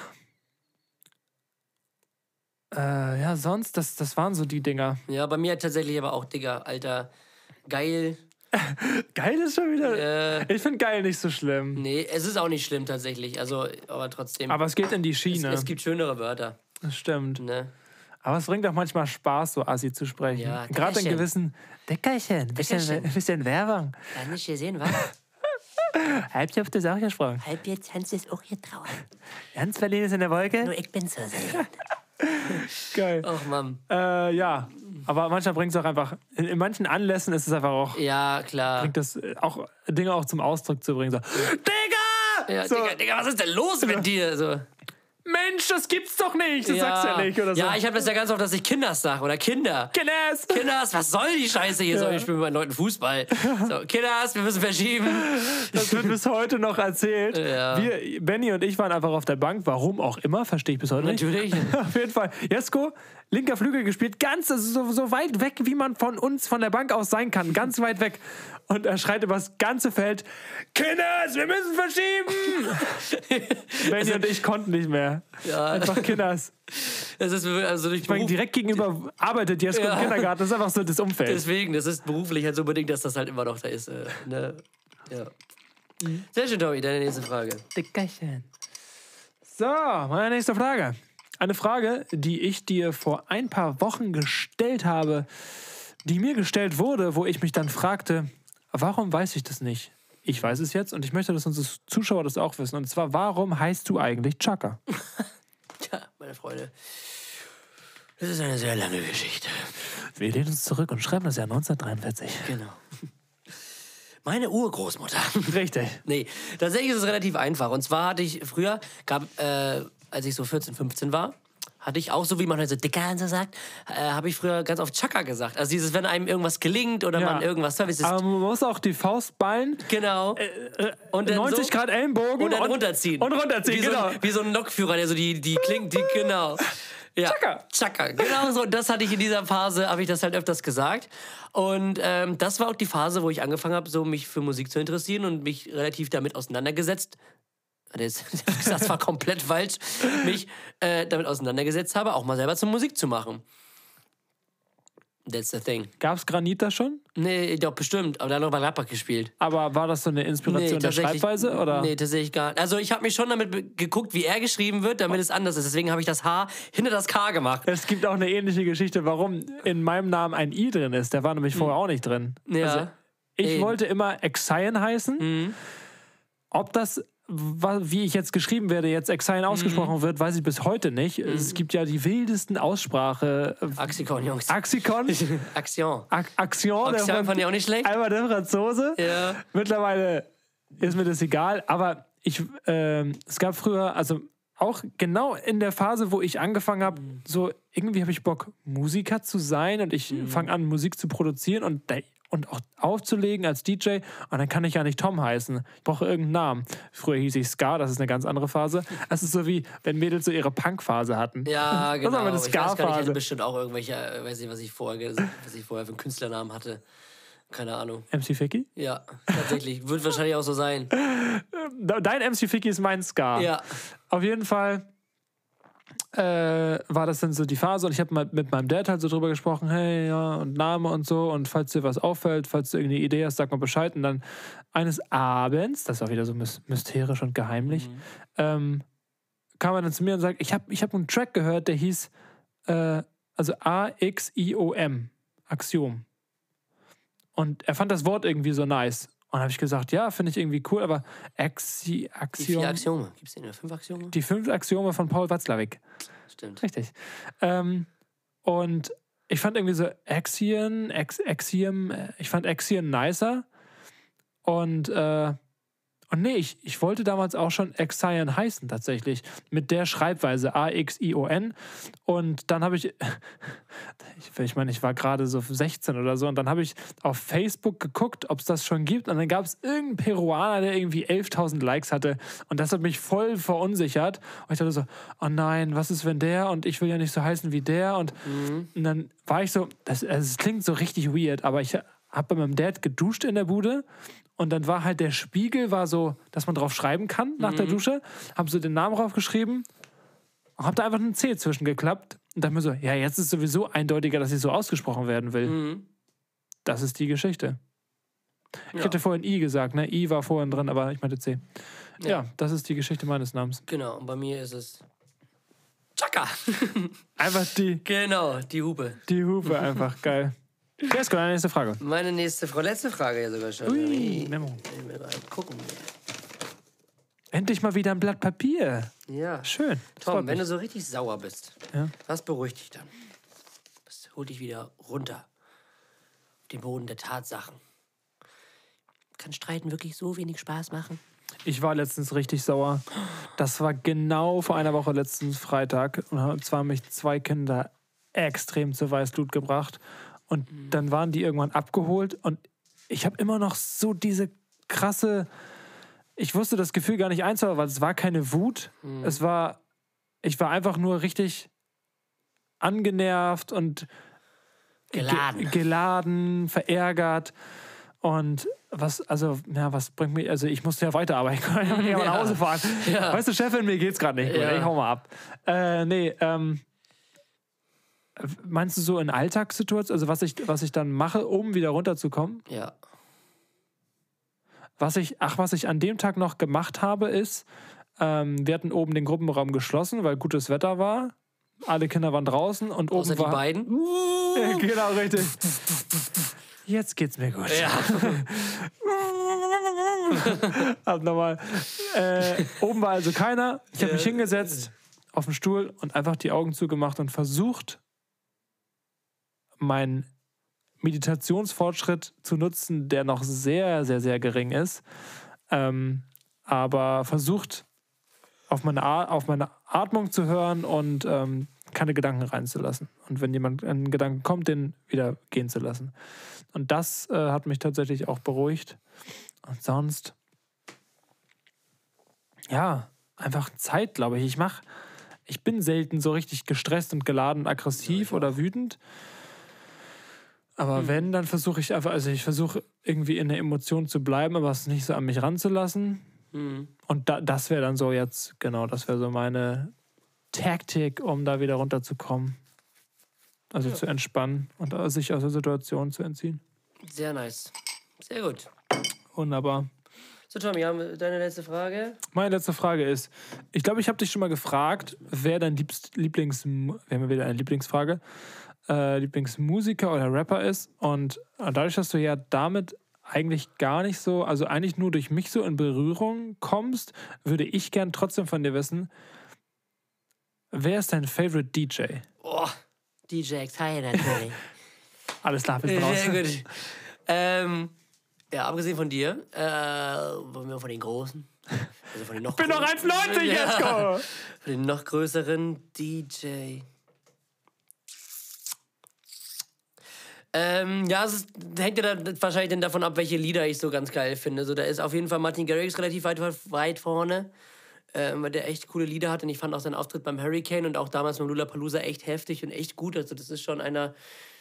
Ja, sonst, das waren so die Dinger. Ja, bei mir tatsächlich aber auch, Digga, Alter, geil. Geil ist schon wieder... Ich finde geil nicht so schlimm. Nee, es ist auch nicht schlimm tatsächlich, also, aber trotzdem. Aber es geht in die Schiene. Es gibt schönere Wörter, Das stimmt. ne? Aber es bringt auch manchmal Spaß, so assi zu sprechen. Ja, Gerade in Dickerchen. gewissen... Dickerchen. Bisschen Werbung. Ja, nicht gesehen, was? Halb habt das auch gesprochen. Halb jetzt Hans ist auch getraut. Ganz Berlin ist in der Wolke. Nur ich bin so selten. Geil. Och, Mann. Ja, aber manchmal bringt es auch einfach... In manchen Anlässen ist es einfach auch... Ja, klar. Bringt das auch Dinge auch zum Ausdruck zu bringen. So, Digga! Ja, So, Digga, was ist denn los mit dir? So. Mensch, das gibt's doch nicht. Das sagst du ja nicht oder so. Ja, ich habe das ja ganz oft, dass ich Kinders sage oder Kinder. Kinders! Kinders, was soll die Scheiße hier? So, ich spiele mit meinen Leuten Fußball. So, Kinders, wir müssen verschieben. Das wird bis heute noch erzählt. Ja. Wir, Benny und ich waren einfach auf der Bank. Warum auch immer, verstehe ich bis heute Natürlich. nicht. Auf jeden Fall. Jesko, linker Flügel gespielt, ganz also so weit weg, wie man von uns, von der Bank aus sein kann. Ganz weit weg. Und er schreit über das ganze Feld, Kinders, wir müssen verschieben! Benny und ich konnten nicht mehr. Ja. Einfach Kinders. Das ist also durch Ich meine, direkt gegenüber arbeitet Jesko im Kindergarten. Das ist einfach so das Umfeld. Deswegen, das ist beruflich halt so bedingt, dass das halt immer noch da ist. Ne? Ja. Sehr schön, Tommy, deine nächste Frage. Dickerchen. So, meine nächste Frage. Eine Frage, die ich dir vor ein paar Wochen gestellt habe, die mir gestellt wurde, wo ich mich dann fragte, warum weiß ich das nicht? Ich weiß es jetzt und ich möchte, dass unsere Zuschauer das auch wissen. Und zwar, warum heißt du eigentlich Chaka? Tja, meine Freunde, das ist eine sehr lange Geschichte. Wir lehnen uns zurück und schreiben das Jahr 1943. Genau. Meine Urgroßmutter. Richtig. Nee, tatsächlich ist es relativ einfach. Und zwar hatte ich früher, als ich so 14, 15 war, hatte ich auch, so wie man heute so Dicker und so sagt, habe ich früher ganz oft Chaka gesagt. Also dieses, wenn einem irgendwas gelingt oder man irgendwas... Aber man muss auch die Faust ballen, Genau. Und dann 90 so, Grad Ellenbogen und dann runterziehen. Und runterziehen, wie genau. Wie so ein Lokführer, der so die klingt, genau. Ja. Chaka. Chaka, genau so. Das hatte ich in dieser Phase, habe ich das halt öfters gesagt. Und das war auch die Phase, wo ich angefangen habe, so mich für Musik zu interessieren und mich relativ damit auseinandergesetzt. Das war komplett falsch. Mich damit auseinandergesetzt habe, auch mal selber zur Musik zu machen. That's the thing. Gab's Granit da schon? Nee, doch, bestimmt. Aber da noch bei Rapper gespielt. Aber war das so eine Inspiration der tatsächlich- Schreibweise? Oder? Nee, tatsächlich gar nicht. Also ich habe mich schon damit geguckt, wie er geschrieben wird, damit es anders ist. Deswegen habe ich das H hinter das K gemacht. Es gibt auch eine ähnliche Geschichte, warum in meinem Namen ein I drin ist. Der war nämlich vorher auch nicht drin. Ja. Also, ich Eben. wollte immer Exion heißen. Ob das, wie ich jetzt geschrieben werde, jetzt Exion ausgesprochen wird, weiß ich bis heute nicht. Es gibt ja die wildesten Aussprache. Axikon, Jungs. Axikon. Axion. Axion. Axion fand ich auch nicht schlecht. Einmal der Franzose. Ja. Mittlerweile ist mir das egal, aber es gab früher, also auch genau in der Phase, wo ich angefangen habe, so irgendwie habe ich Bock, Musiker zu sein und ich fange an, Musik zu produzieren und auch aufzulegen als DJ. Und dann kann ich ja nicht Tom heißen. Ich brauche irgendeinen Namen. Früher hieß ich Ska, das ist eine ganz andere Phase. Das ist so wie, wenn Mädels so ihre Punk-Phase hatten. Ja, genau. Das ist aber eine Ich weiß gar nicht, ich Ska-Phase. hatte bestimmt auch irgendwelche, weiß nicht, was ich vorher für einen Künstlernamen hatte. Keine Ahnung. MC Ficky? Ja, tatsächlich. Wird wahrscheinlich auch so sein. Dein MC Ficky ist mein Ska. Ja. Auf jeden Fall war das dann so die Phase und ich habe mal mit meinem Dad halt so drüber gesprochen, hey, ja, und Name und so und falls dir was auffällt, falls du irgendeine Idee hast, sag mal Bescheid. Und dann eines Abends, das war wieder so mysterisch und geheimlich, kam er dann zu mir und sagt, ich hab einen Track gehört, der hieß also AXIOM, Axiom. Und er fand das Wort irgendwie so nice. Und dann habe ich gesagt, ja, finde ich irgendwie cool, aber Wie viele Axiome? Gibt es denn nur 5 Axiome? die 5 Axiome von Paul Watzlawick. Stimmt. Richtig. Und ich fand irgendwie so Axiom, ich fand Axiom nicer. Und nee, ich wollte damals auch schon Axion heißen, tatsächlich. Mit der Schreibweise AXION. Und dann habe ich meine, ich war gerade so 16 oder so. Und dann habe ich auf Facebook geguckt, ob es das schon gibt. Und dann gab es irgendeinen Peruaner, der irgendwie 11.000 Likes hatte. Und das hat mich voll verunsichert. Und ich dachte so, oh nein, was ist, wenn der? Und ich will ja nicht so heißen wie der. Und dann war ich so, es klingt so richtig weird, aber ich habe bei meinem Dad geduscht in der Bude. Und dann war halt der Spiegel, war so, dass man drauf schreiben kann nach der Dusche. Hab so den Namen draufgeschrieben und hab da einfach einen C zwischengeklappt. Und dachte mir so, ja, jetzt ist sowieso eindeutiger, dass ich so ausgesprochen werden will. Das ist die Geschichte. Ich hatte vorhin I gesagt, ne? I war vorhin drin, aber ich meinte C. Ja, das ist die Geschichte meines Namens. Genau, und bei mir ist es Chaka. Einfach die Hupe. Die Hupe einfach, geil. Jesko, deine nächste Frage. Meine letzte Frage ja sogar schon. Memo. Mal gucken. Endlich mal wieder ein Blatt Papier. Ja. Schön. Das freut Tom, wenn mich. du so richtig sauer bist, was beruhigt dich dann? Das holt dich wieder runter. Auf den Boden der Tatsachen. Kann Streiten wirklich so wenig Spaß machen? Ich war letztens richtig sauer. Das war genau vor einer Woche, letzten Freitag. Und zwar haben mich 2 Kinder extrem zu Weißblut gebracht. Und dann waren die irgendwann abgeholt. Und ich habe immer noch so diese krasse... Ich wusste das Gefühl gar nicht einzuordnen, weil es war keine Wut. Ich war einfach nur richtig angenervt und geladen, verärgert. Und was bringt mich, also ich musste ja weiterarbeiten, ich konnte nicht nach Hause fahren. Ja. Weißt du, Chefin, mir geht's gerade nicht gut, ich hau mal ab. Meinst du so in Alltagssituationen, also was ich dann mache, um wieder runterzukommen? Ja. Was ich an dem Tag noch gemacht habe, ist, wir hatten oben den Gruppenraum geschlossen, weil gutes Wetter war. Alle Kinder waren draußen und Außer oben war... die beiden? Genau, richtig. Jetzt geht's mir gut. Ja. Abnormal. Oben war also keiner. Ich habe mich hingesetzt auf den Stuhl und einfach die Augen zugemacht und versucht, meinen Meditationsfortschritt zu nutzen, der noch sehr, sehr, sehr gering ist. Aber versucht, auf meine Atmung zu hören und keine Gedanken reinzulassen. Und wenn jemand einen Gedanken kommt, den wieder gehen zu lassen. Und das hat mich tatsächlich auch beruhigt. Und sonst, ja, einfach Zeit, glaube ich. Ich bin selten so richtig gestresst und geladen, aggressiv oder wütend. Aber wenn, dann versuche ich einfach, also ich versuche irgendwie in der Emotion zu bleiben, aber es nicht so an mich ranzulassen. Und das wäre dann so jetzt, genau, das wäre so meine Taktik, um da wieder runterzukommen. Also zu entspannen und sich aus der Situation zu entziehen. Sehr nice. Sehr gut. Wunderbar. So, Tommy, haben wir deine letzte Frage? Meine letzte Frage ist, ich glaube, ich habe dich schon mal gefragt, wer dein wir haben wieder eine Lieblingsfrage, Lieblingsmusiker oder Rapper ist. Und dadurch, dass du ja damit eigentlich gar nicht so, also eigentlich nur durch mich so in Berührung kommst, würde ich gern trotzdem von dir wissen, wer ist dein Favorite DJ? Oh, DJ Xai natürlich. Alles klar, bis raus. Sehr gut. Ja, abgesehen von dir, wollen wir von den Großen. Also von den noch Ich bin doch 1,90 jetzt, Von den noch größeren DJ. Es hängt ja dann wahrscheinlich dann davon ab, welche Lieder ich so ganz geil finde. So, da ist auf jeden Fall Martin Garrix relativ weit vorne, weil der echt coole Lieder hat. Und ich fand auch seinen Auftritt beim Hurricane und auch damals beim Lollapalooza echt heftig und echt gut. Also das ist schon ein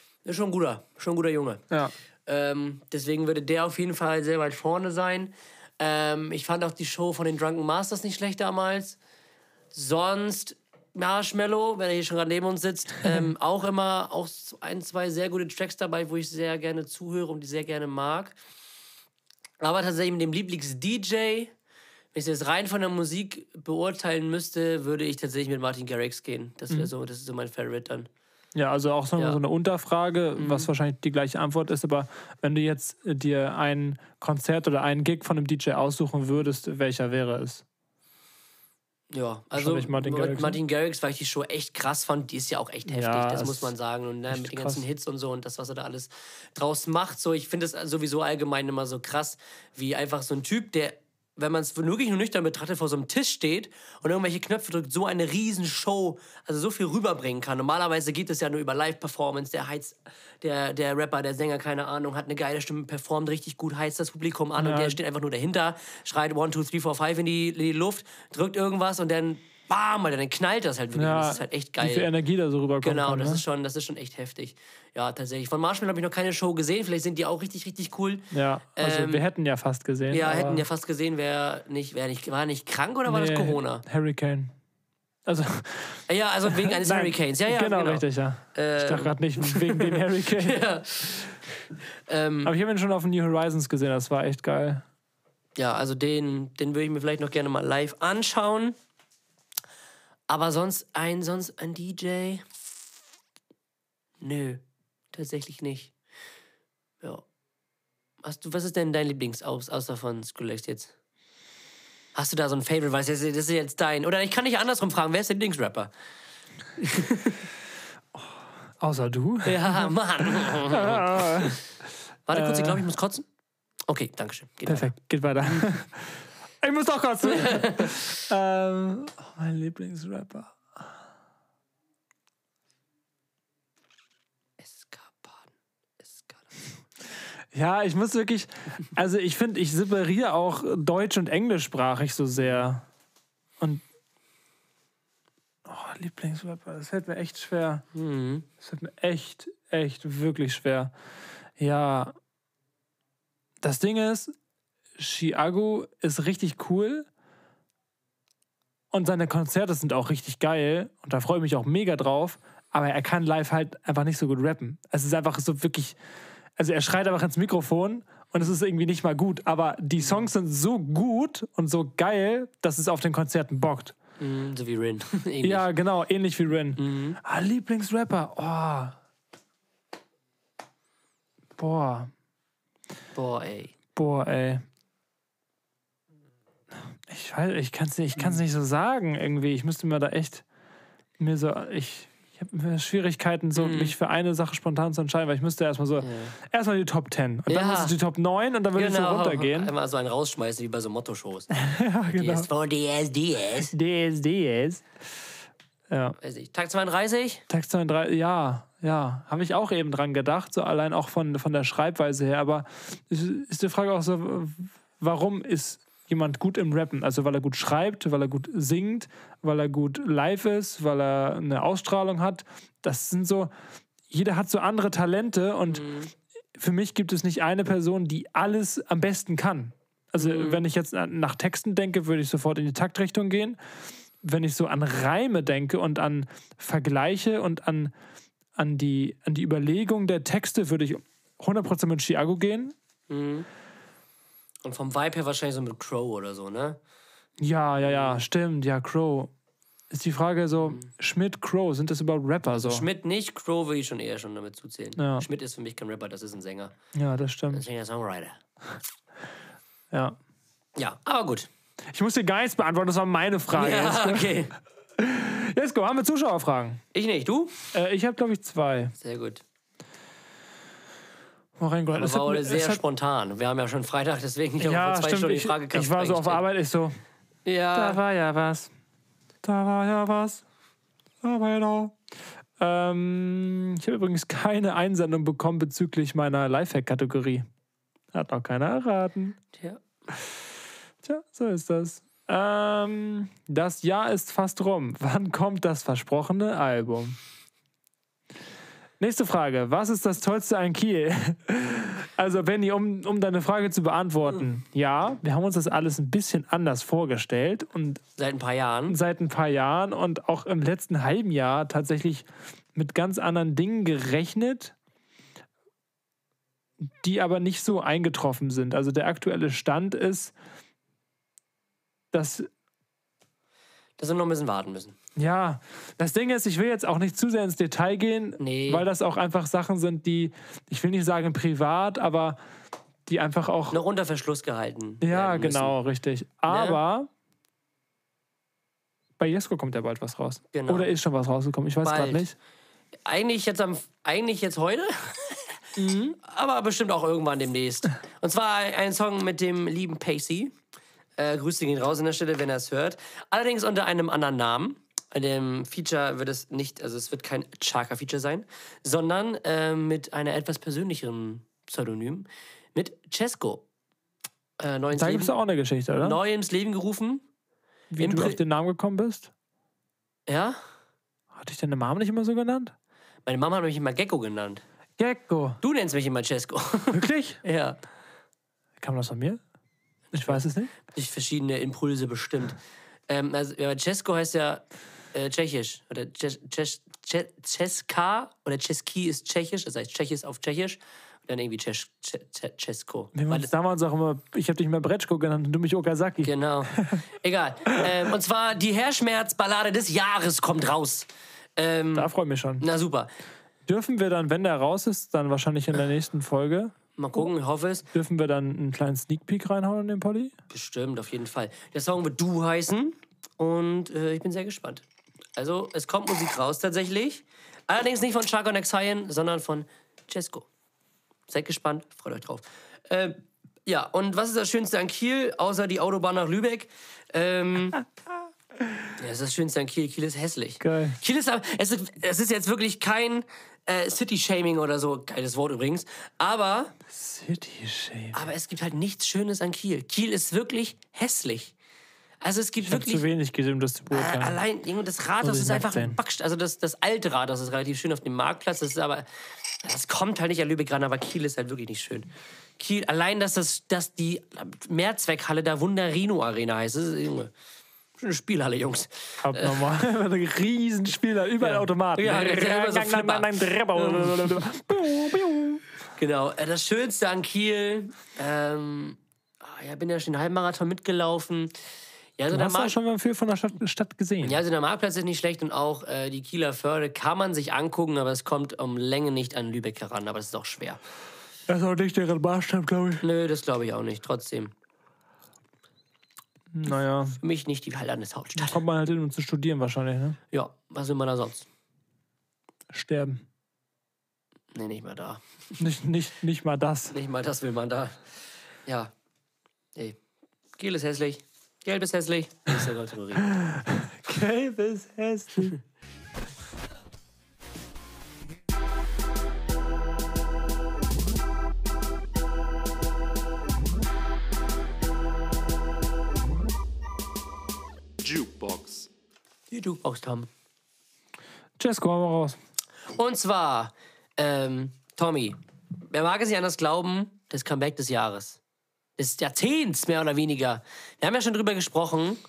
guter Junge. Ja. Deswegen würde der auf jeden Fall sehr weit vorne sein. Ich fand auch die Show von den Drunken Masters nicht schlecht damals. Sonst Marshmello, wenn er hier schon gerade neben uns sitzt, auch so 1, 2 sehr gute Tracks dabei, wo ich sehr gerne zuhöre und die sehr gerne mag. Aber tatsächlich mit dem Lieblings-DJ, wenn ich es jetzt rein von der Musik beurteilen müsste, würde ich tatsächlich mit Martin Garrix gehen. Das ist so mein Favorite dann. Ja, also auch so eine Unterfrage, was wahrscheinlich die gleiche Antwort ist, aber wenn du jetzt dir ein Konzert oder einen Gig von einem DJ aussuchen würdest, welcher wäre es? Ja, also Martin Garrix, weil ich die Show echt krass fand, die ist ja auch echt heftig, das muss man sagen. Und mit den ganzen Hits und so und das, was er da alles draus macht. So, ich finde es sowieso allgemein immer so krass, wie einfach so ein Typ, der, wenn man es wirklich nur nüchtern betrachtet, vor so einem Tisch steht und irgendwelche Knöpfe drückt, so eine riesen Show, also so viel rüberbringen kann. Normalerweise geht es ja nur über Live-Performance, der Rapper, der Sänger, keine Ahnung, hat eine geile Stimme, performt richtig gut, heizt das Publikum an und der steht einfach nur dahinter, schreit 1, 2, 3, 4, 5 in die Luft, drückt irgendwas und dann bam, Alter, dann knallt das halt wirklich. Ja, das ist halt echt geil. Wie viel Energie da so rüberkommt. Genau, kann, das ist schon echt heftig. Ja, tatsächlich. Von Marshmello habe ich noch keine Show gesehen. Vielleicht sind die auch richtig, richtig cool. Ja, also wir hätten ja fast gesehen. Ja, hätten ja fast gesehen, war er nicht krank oder war das Corona? Hurricane. Also, ja, also wegen eines Hurricanes. Ja, genau, richtig, ja. Ich dachte gerade nicht wegen dem Hurricane. Ja. Aber ich habe ihn schon auf New Horizons gesehen, das war echt geil. Ja, also den würde ich mir vielleicht noch gerne mal live anschauen. Aber sonst ein DJ? Nö, tatsächlich nicht. Ja. Was ist denn dein Lieblings außer von Skrillex jetzt? Hast du da so ein Favorite? Weil das ist jetzt dein. Oder ich kann dich andersrum fragen, wer ist dein Lieblingsrapper? Außer du? Ja, Mann. Warte kurz, ich glaube, ich muss kotzen. Okay, danke schön. Perfekt, geht weiter. Ich muss doch kotzen. Mein Lieblingsrapper. Ja, ich muss wirklich, also ich finde, ich separiere auch deutsch- und englischsprachig so sehr. Und Lieblingsrapper, das fällt mir echt schwer. Das fällt mir echt wirklich schwer. Ja, das Ding ist, Chiago ist richtig cool und seine Konzerte sind auch richtig geil und da freue ich mich auch mega drauf, aber er kann live halt einfach nicht so gut rappen. Es ist einfach so wirklich, also er schreit einfach ins Mikrofon und es ist irgendwie nicht mal gut, aber die Songs sind so gut und so geil, dass es auf den Konzerten bockt. So wie Rin. Ja, genau, ähnlich wie Rin. Lieblingsrapper, Boah, ey. Ich kann es nicht so sagen irgendwie. Ich müsste mir da echt ich habe Schwierigkeiten, mich für eine Sache spontan zu entscheiden, weil ich müsste erstmal die Top 10 und dann muss es die Top 9 und dann würde ich so runtergehen. Einmal so einen rausschmeißen, wie bei so Motto-Shows. Ja, genau. DS. Ja. Weiß ich. Tag 32? Tag 32, ja. Habe ich auch eben dran gedacht, so allein auch von der Schreibweise her. Aber ist die Frage auch so, warum ist jemand gut im Rappen? Also weil er gut schreibt, weil er gut singt, weil er gut live ist, weil er eine Ausstrahlung hat. Das sind so, jeder hat so andere Talente und für mich gibt es nicht eine Person, die alles am besten kann. Also wenn ich jetzt nach Texten denke, würde ich sofort in die Taktrichtung gehen. Wenn ich so an Reime denke und an Vergleiche und an die Überlegung der Texte, würde ich 100% mit Chiago gehen. Und vom Vibe her wahrscheinlich so mit Crow oder so, ne? Ja, stimmt. Ja, Crow. Ist die Frage so, Schmidt, Crow, sind das überhaupt Rapper so? Schmidt nicht, Crow würde ich schon eher damit zuzählen. Ja. Schmidt ist für mich kein Rapper, das ist ein Sänger. Ja, das stimmt. Ein Singer-Songwriter. Ja. Ja, aber gut. Ich muss dir gar nichts beantworten, das war meine Frage. Ja, okay. Jesko, haben wir Zuschauerfragen? Ich nicht, du? Ich habe, glaube ich, 2. Sehr gut. Reingeholt. Das Es hat war mir- sehr es hat- spontan. Wir haben ja schon Freitag, deswegen ich habe Ja, vor 2 stimmt. Stunden die Ich Frage war so auf Arbeit, ich so, da Ja, war ja was. Da war ja was. Da war ja noch. Ich habe übrigens keine Einsendung bekommen bezüglich meiner Lifehack-Kategorie. Hat noch keiner erraten. ja. Tja, so ist das. Das Jahr ist fast rum. Wann kommt das versprochene Album? Nächste Frage. Was ist das Tollste an Kiel? Also, Benni, um deine Frage zu beantworten. Ja, wir haben uns das alles ein bisschen anders vorgestellt und Seit ein paar Jahren. seit ein paar Jahren und auch im letzten halben Jahr tatsächlich mit ganz anderen Dingen gerechnet, die aber nicht so eingetroffen sind. Also der aktuelle Stand ist, dass, Dass wir noch ein bisschen warten müssen. ja, das Ding ist, ich will jetzt auch nicht zu sehr ins Detail gehen, Nee. weil das auch einfach Sachen sind, die, ich will nicht sagen privat, aber die einfach auch, Noch unter Verschluss gehalten. ja, werden müssen. genau, richtig. Aber bei Jesko kommt ja bald was raus. Genau. Oder ist schon was rausgekommen, ich weiß Bald. gerade nicht. Eigentlich jetzt heute, aber bestimmt auch irgendwann demnächst. Und zwar ein Song mit dem lieben Pacey. Grüße gehen raus an der Stelle, wenn er es hört. Allerdings unter einem anderen Namen. Bei dem Feature wird es nicht, also es wird kein Chaka-Feature sein, sondern mit einer etwas persönlicheren Pseudonym, mit Cesco. Neu ins Da gibt es Leben, auch eine Geschichte, oder? neu ins Leben gerufen. Wie im du Pri- auf den Namen gekommen bist? Ja, Hatte ich deine Mama nicht immer so genannt? meine Mama hat mich immer Gecko genannt. Gecko. Du nennst mich immer Cesco. Wirklich? Ja. Kam das von mir? Ich weiß es nicht. Durch verschiedene Impulse bestimmt. Also, ja, Cesco heißt ja Tschechisch. Oder Czeska oder Czeski ist Tschechisch, das heißt Tschechisch auf Tschechisch. Und dann irgendwie Cesco. Wir haben uns damals auch immer, ich habe dich mal Bretschko genannt und du mich Okazaki. Genau. Egal. Und zwar die Herzschmerzballade des Jahres kommt raus. Da freue ich mich schon. Na super. Dürfen wir dann, wenn der raus ist, dann wahrscheinlich in der nächsten Folge, Mal gucken, ich hoffe es. dürfen wir dann einen kleinen Sneak Peek reinhauen in den Poddy? Bestimmt, auf jeden Fall. Der Song wird Du heißen und ich bin sehr gespannt. Also, es kommt Musik raus tatsächlich. Allerdings nicht von Chaka und Exayen, sondern von Cesco. Seid gespannt, freut euch drauf. Ja, und was ist das Schönste an Kiel, außer die Autobahn nach Lübeck? Ja, das ist das Schönste an Kiel. Kiel ist hässlich. Geil. Kiel ist, es ist jetzt wirklich kein City-Shaming oder so. Geiles Wort übrigens. Aber City Shame. es gibt halt nichts Schönes an Kiel. Kiel ist wirklich hässlich. Also es gibt Ich habe wirklich... zu wenig gesehen, um das zu beurteilen. Allein, Junge, das Rathaus ich ist nackt einfach sein. ein Backstein. Also das alte Rathaus ist relativ schön auf dem Marktplatz. Das ist aber... Das kommt halt nicht an Lübeck ran, aber Kiel ist halt wirklich nicht schön. Kiel, allein, dass die Mehrzweckhalle da Wunderino Arena heißt. Das ist, Junge, schöne Spielhalle, Jungs. Abnormal. Ein Riesenspieler, überall Ja. Automaten. Ja, immer so Genau, das Schönste an Kiel, ja, bin ja schon den Halbmarathon mitgelaufen. Ja, also Du hast auch schon mal viel von der Stadt gesehen. Ja, also der Marktplatz ist nicht schlecht und auch die Kieler Förde kann man sich angucken, aber es kommt um Länge nicht an Lübeck heran, aber das ist auch schwer. Das ist auch nicht deren Maßstab, glaube ich. Nö, das glaube ich auch nicht, trotzdem. Naja, Für mich nicht die Landeshauptstadt. kommt man halt hin, um zu studieren wahrscheinlich, ne? Ja, was will man da sonst? Sterben. Nee, nicht mal da. Nicht mal das. Nicht mal das will man da. Ja. Nee. Kiel ist hässlich. Gelb ist hässlich. Nächste Kategorie. Gelb ist hässlich. Jukebox. Die Jukebox, Tom. Cesco, hau mal raus. Und zwar, Tommy, wer mag es nicht anders glauben, das Comeback des Jahres. Des Jahrzehnts, mehr oder weniger. Wir haben ja schon drüber gesprochen.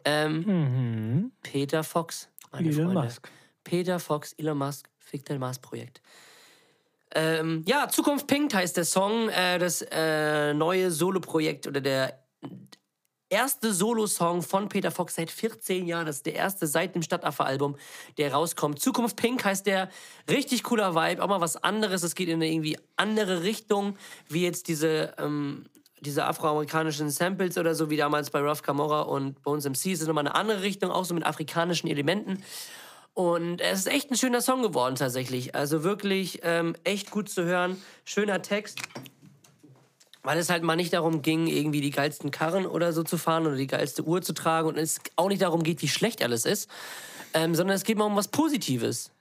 Peter Fox, meine Elon Freunde. Musk. Peter Fox, Elon Musk, Fick dein Mars-Projekt. Ja, Zukunft Pink heißt der Song, das neue Solo-Projekt oder der erste Solo-Song von Peter Fox seit 14 Jahren. Das ist der erste seit dem Stadtaffe-Album, der rauskommt. Zukunft Pink heißt der, richtig cooler Vibe, auch mal was anderes. Es geht in eine irgendwie andere Richtung, wie jetzt diese afroamerikanischen Samples oder so, wie damals bei Ruff Camorra und Bones MC. Es ist nochmal eine andere Richtung, auch so mit afrikanischen Elementen. Und es ist echt ein schöner Song geworden tatsächlich. Also wirklich echt gut zu hören. Schöner Text. Weil es halt mal nicht darum ging, irgendwie die geilsten Karren oder so zu fahren oder die geilste Uhr zu tragen. Und es auch nicht darum geht, wie schlecht alles ist. Sondern es geht mal um was Positives.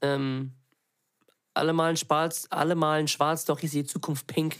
Alle malen schwarz, doch ist die Zukunft pink.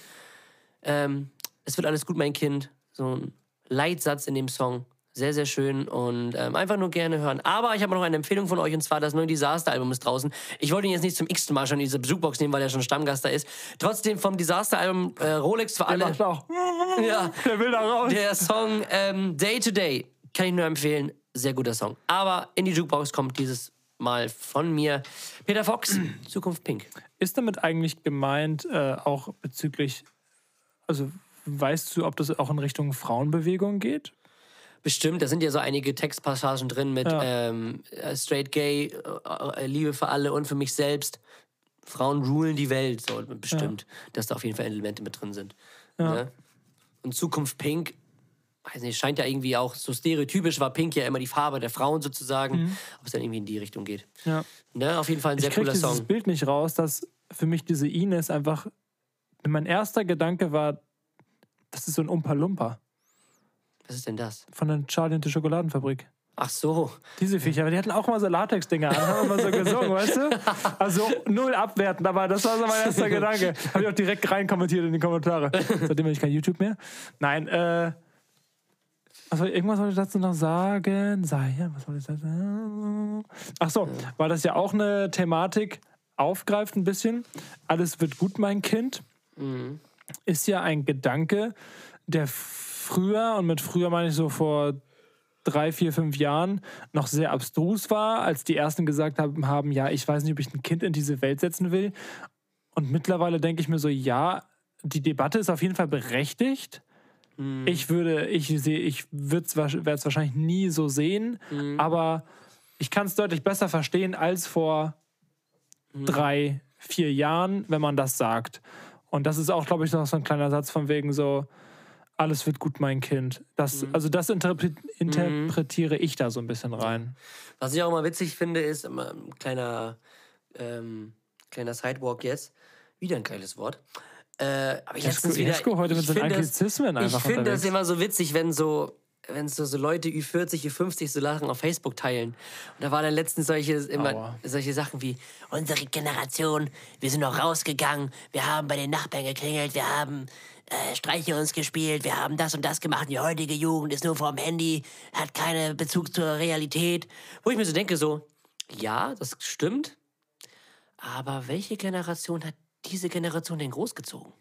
Es wird alles gut, mein Kind. So ein Leitsatz in dem Song. Sehr, sehr schön und einfach nur gerne hören. Aber ich habe noch eine Empfehlung von euch und zwar das neue Disaster-Album ist draußen. Ich wollte ihn jetzt nicht zum x-ten Mal schon in diese Jukebox nehmen, weil er schon Stammgast da ist. Trotzdem vom Disaster-Album Rolex für alle. Der macht auch. Ja, Der will da raus. der Song Day to Day kann ich nur empfehlen. Sehr guter Song. Aber in die Jukebox kommt dieses Mal von mir Peter Fox, Zukunft Pink. Ist damit eigentlich gemeint, auch bezüglich, also weißt du, ob das auch in Richtung Frauenbewegung geht? Bestimmt, da sind ja so einige Textpassagen drin mit straight gay, Liebe für alle und für mich selbst. Frauen rulen die Welt, so bestimmt, dass da auf jeden Fall Elemente mit drin sind. Ja. Ne? Und Zukunft Pink, weiß nicht, scheint ja irgendwie auch so stereotypisch, war Pink ja immer die Farbe der Frauen sozusagen, ob es dann irgendwie in die Richtung geht. Ja. Ne? Auf jeden Fall ein sehr Ich kriege cooler dieses Song. Bild nicht raus, dass für mich diese Ines einfach, mein erster Gedanke war, das ist so ein Umpa-Lumpa Was ist denn das? von der Charlie und die Schokoladenfabrik. Ach so. Diese Viecher, aber die hatten auch mal so Latex-Dinger an, haben immer so gesungen, weißt du? Also null abwertend, aber das war so mein erster Gedanke. Habe ich auch direkt rein kommentiert in die Kommentare. Seitdem habe ich kein YouTube mehr. Nein, also irgendwas wollte ich dazu noch sagen. Was wollte ich sagen? Ach so, weil das ja auch eine Thematik aufgreift ein bisschen. Alles wird gut, mein Kind. Ist ja ein Gedanke, der früher, und mit früher meine ich so vor 3, 4, 5 Jahren, noch sehr abstrus war, als die Ersten gesagt haben, ja, ich weiß nicht, ob ich ein Kind in diese Welt setzen will. Und mittlerweile denke ich mir so, ja, die Debatte ist auf jeden Fall berechtigt. Ich werde es wahrscheinlich nie so sehen, aber ich kann es deutlich besser verstehen als vor 3, 4 Jahren, wenn man das sagt. Und das ist auch, glaube ich, noch so ein kleiner Satz von wegen so, alles wird gut, mein Kind. Also das interpretiere ich da so ein bisschen rein. Was ich auch immer witzig finde, ist immer ein kleiner Sidewalk jetzt. Wieder ein geiles Wort. Aber Jesko heute mit so Anglizismen einfach Ich finde das unterwegs. immer so witzig, wenn so Leute Ü40, Ü50 so Sachen auf Facebook teilen. Und da waren dann letztens solche Sachen wie, unsere Generation, wir sind noch rausgegangen, wir haben bei den Nachbarn geklingelt, wir haben Streiche uns gespielt, wir haben das und das gemacht. Die heutige Jugend ist nur vorm Handy, hat keinen Bezug zur Realität. Wo ich mir so denke, so, ja, das stimmt, aber welche Generation hat diese Generation denn großgezogen?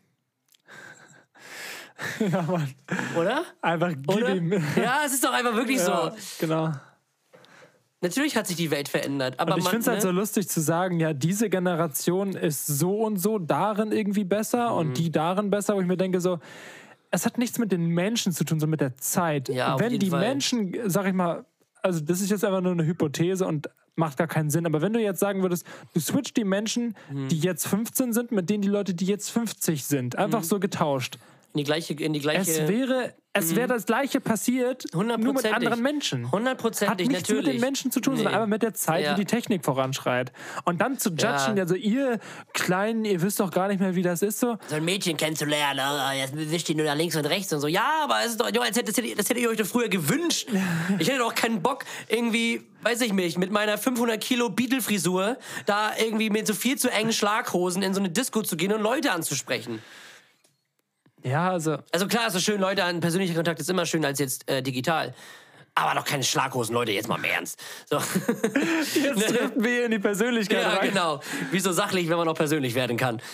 Ja, Mann. Oder? Einfach gib Oder? ihm. Ja, es ist doch einfach wirklich Ja, so. genau. Natürlich hat sich die Welt verändert, aber Und ich finde es halt so lustig zu sagen, ja, diese Generation ist so und so darin irgendwie besser und die darin besser, wo ich mir denke so, es hat nichts mit den Menschen zu tun, sondern mit der Zeit. Ja, auf wenn jeden die Fall. Menschen, sag ich mal, also das ist jetzt einfach nur eine Hypothese und macht gar keinen Sinn, aber wenn du jetzt sagen würdest, du switcht die Menschen, die jetzt 15 sind, mit denen die Leute, die jetzt 50 sind, einfach so getauscht. In die gleiche. Es wäre das Gleiche passiert, nur mit 100%. anderen Menschen. 100%, Hat nichts natürlich. mit den Menschen zu tun, sondern einfach mit der Zeit, Ja. wie die Technik voranschreit. Und dann zu judgen, also ihr Kleinen, ihr wisst doch gar nicht mehr, wie das ist so. So ein Mädchen kennenzulernen, jetzt wischt die nur nach links und rechts und so. Ja, aber es ist doch, das hättet ihr euch doch früher gewünscht. Ich hätte doch keinen Bock, irgendwie, weiß ich nicht, mit meiner 500 Kilo Beatle-Frisur da irgendwie mit so viel zu engen Schlaghosen in so eine Disco zu gehen und Leute anzusprechen. Ja, also Also klar, ist es schön, Leute an persönlicher Kontakt ist immer schöner als jetzt digital. Aber doch keine Schlaghosen, Leute, jetzt mal im Ernst. So. jetzt driften wir in die Persönlichkeit Ja, rein. genau. Wie so sachlich, wenn man auch persönlich werden kann.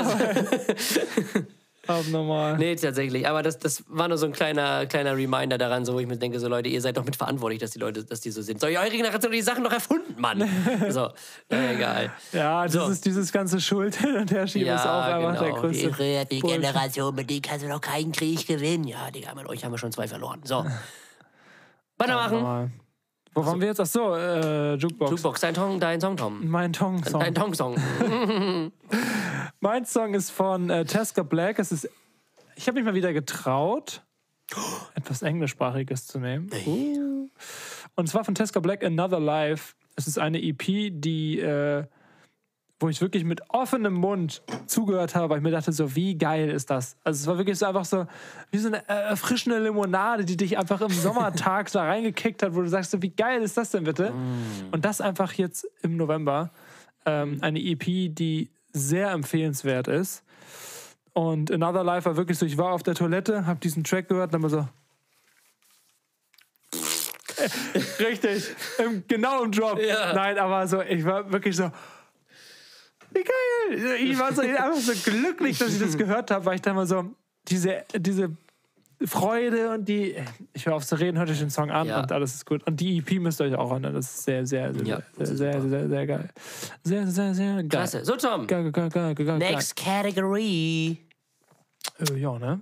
Abnormal. Nee, tatsächlich. Aber das war nur so ein kleiner Reminder daran, so, wo ich mir denke, so Leute, ihr seid doch mitverantwortlich, dass die so sind. So, eure Generation hat die Sachen doch erfunden, Mann. So, egal. Ja, das So. ist dieses ganze Schuld hin und her schieben ist auch einfach der größte. Die Bullshit. Generation, mit die kannst du noch keinen Krieg gewinnen. Ja, Digga, mit euch haben wir schon 2 verloren. So. Weitermachen. Abnormal. Wo waren wir jetzt? Ach so, Jukebox. Jukebox, dein Song, Tom. Mein Tong-Song. Dein Tong-Song. Mein Song ist von Tesca Black. Ich habe mich mal wieder getraut, etwas Englischsprachiges zu nehmen. Und zwar von Tesca Black, Another Life. Es ist eine EP, wo ich wirklich mit offenem Mund zugehört habe, weil ich mir dachte, so, wie geil ist das? Also es war wirklich so einfach so, wie so eine erfrischende Limonade, die dich einfach im Sommertag da reingekickt hat, wo du sagst, so, wie geil ist das denn bitte? Und das einfach jetzt im November. Eine EP, die sehr empfehlenswert ist. Und Another Life war wirklich so, ich war auf der Toilette, habe diesen Track gehört und dann war so... Richtig, genau im Drop. Ja. Nein, aber so, ich war wirklich so... Wie geil! Ich war so einfach so glücklich, dass ich das gehört habe, weil ich dann mal so diese Freude und die... Ich höre auf zu reden, hört euch den Song an und alles ist gut. Und die EP müsst ihr euch auch anhören. Das ist sehr, sehr, sehr, sehr geil. Sehr, sehr, sehr geil. Klasse. So, Tom. Geil. Next category. Ja, ne?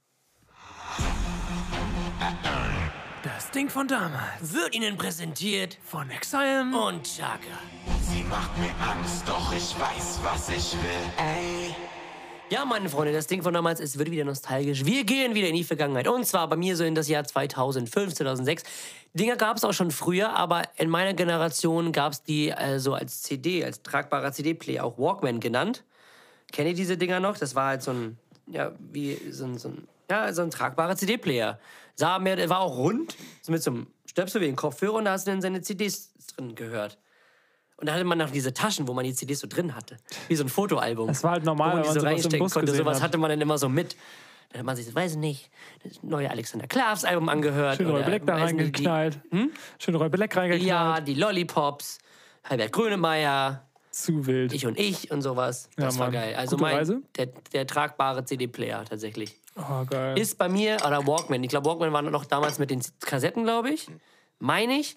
Das Ding von damals. Wird Ihnen präsentiert Von Exile. und Chaka. Sie macht mir Angst, doch ich weiß, was ich will. Ey. Ja, meine Freunde, das Ding von damals, es wird wieder nostalgisch. Wir gehen wieder in die Vergangenheit. Und zwar bei mir so in das Jahr 2005, 2006. Dinger gab es auch schon früher, aber in meiner Generation gab es die so als CD, als tragbarer CD-Player, auch Walkman genannt. Kennt ihr diese Dinger noch? Das war halt so ein, ja, wie so ein tragbarer CD-Player. Der war auch rund, so mit so einem Stöpsel wie ein Kopfhörer und da hast du dann seine CDs drin gehört. Und da hatte man noch diese Taschen, wo man die CDs so drin hatte. Wie so ein Fotoalbum. Das war halt normal, wo man wenn die man so sowas im reinstecken Bus konnte. gesehen Sowas hat. hatte man dann immer so mit. Dann hat man sich, weiß ich nicht, das neue Alexander Klavs Album angehört. Schön Roy oder, Black da weiß nicht, reingeknallt. Schön Roy Black Ja, reingeknallt. die Lollipops, Herbert Grönemeyer, Zu wild. Ich und sowas. Das Ja, war Mann. geil. Also Gute Reise? der tragbare CD-Player tatsächlich. Oh, geil. Ist bei mir, oder Walkman, ich glaube Walkman war noch damals mit den Kassetten, glaube ich. Meine ich.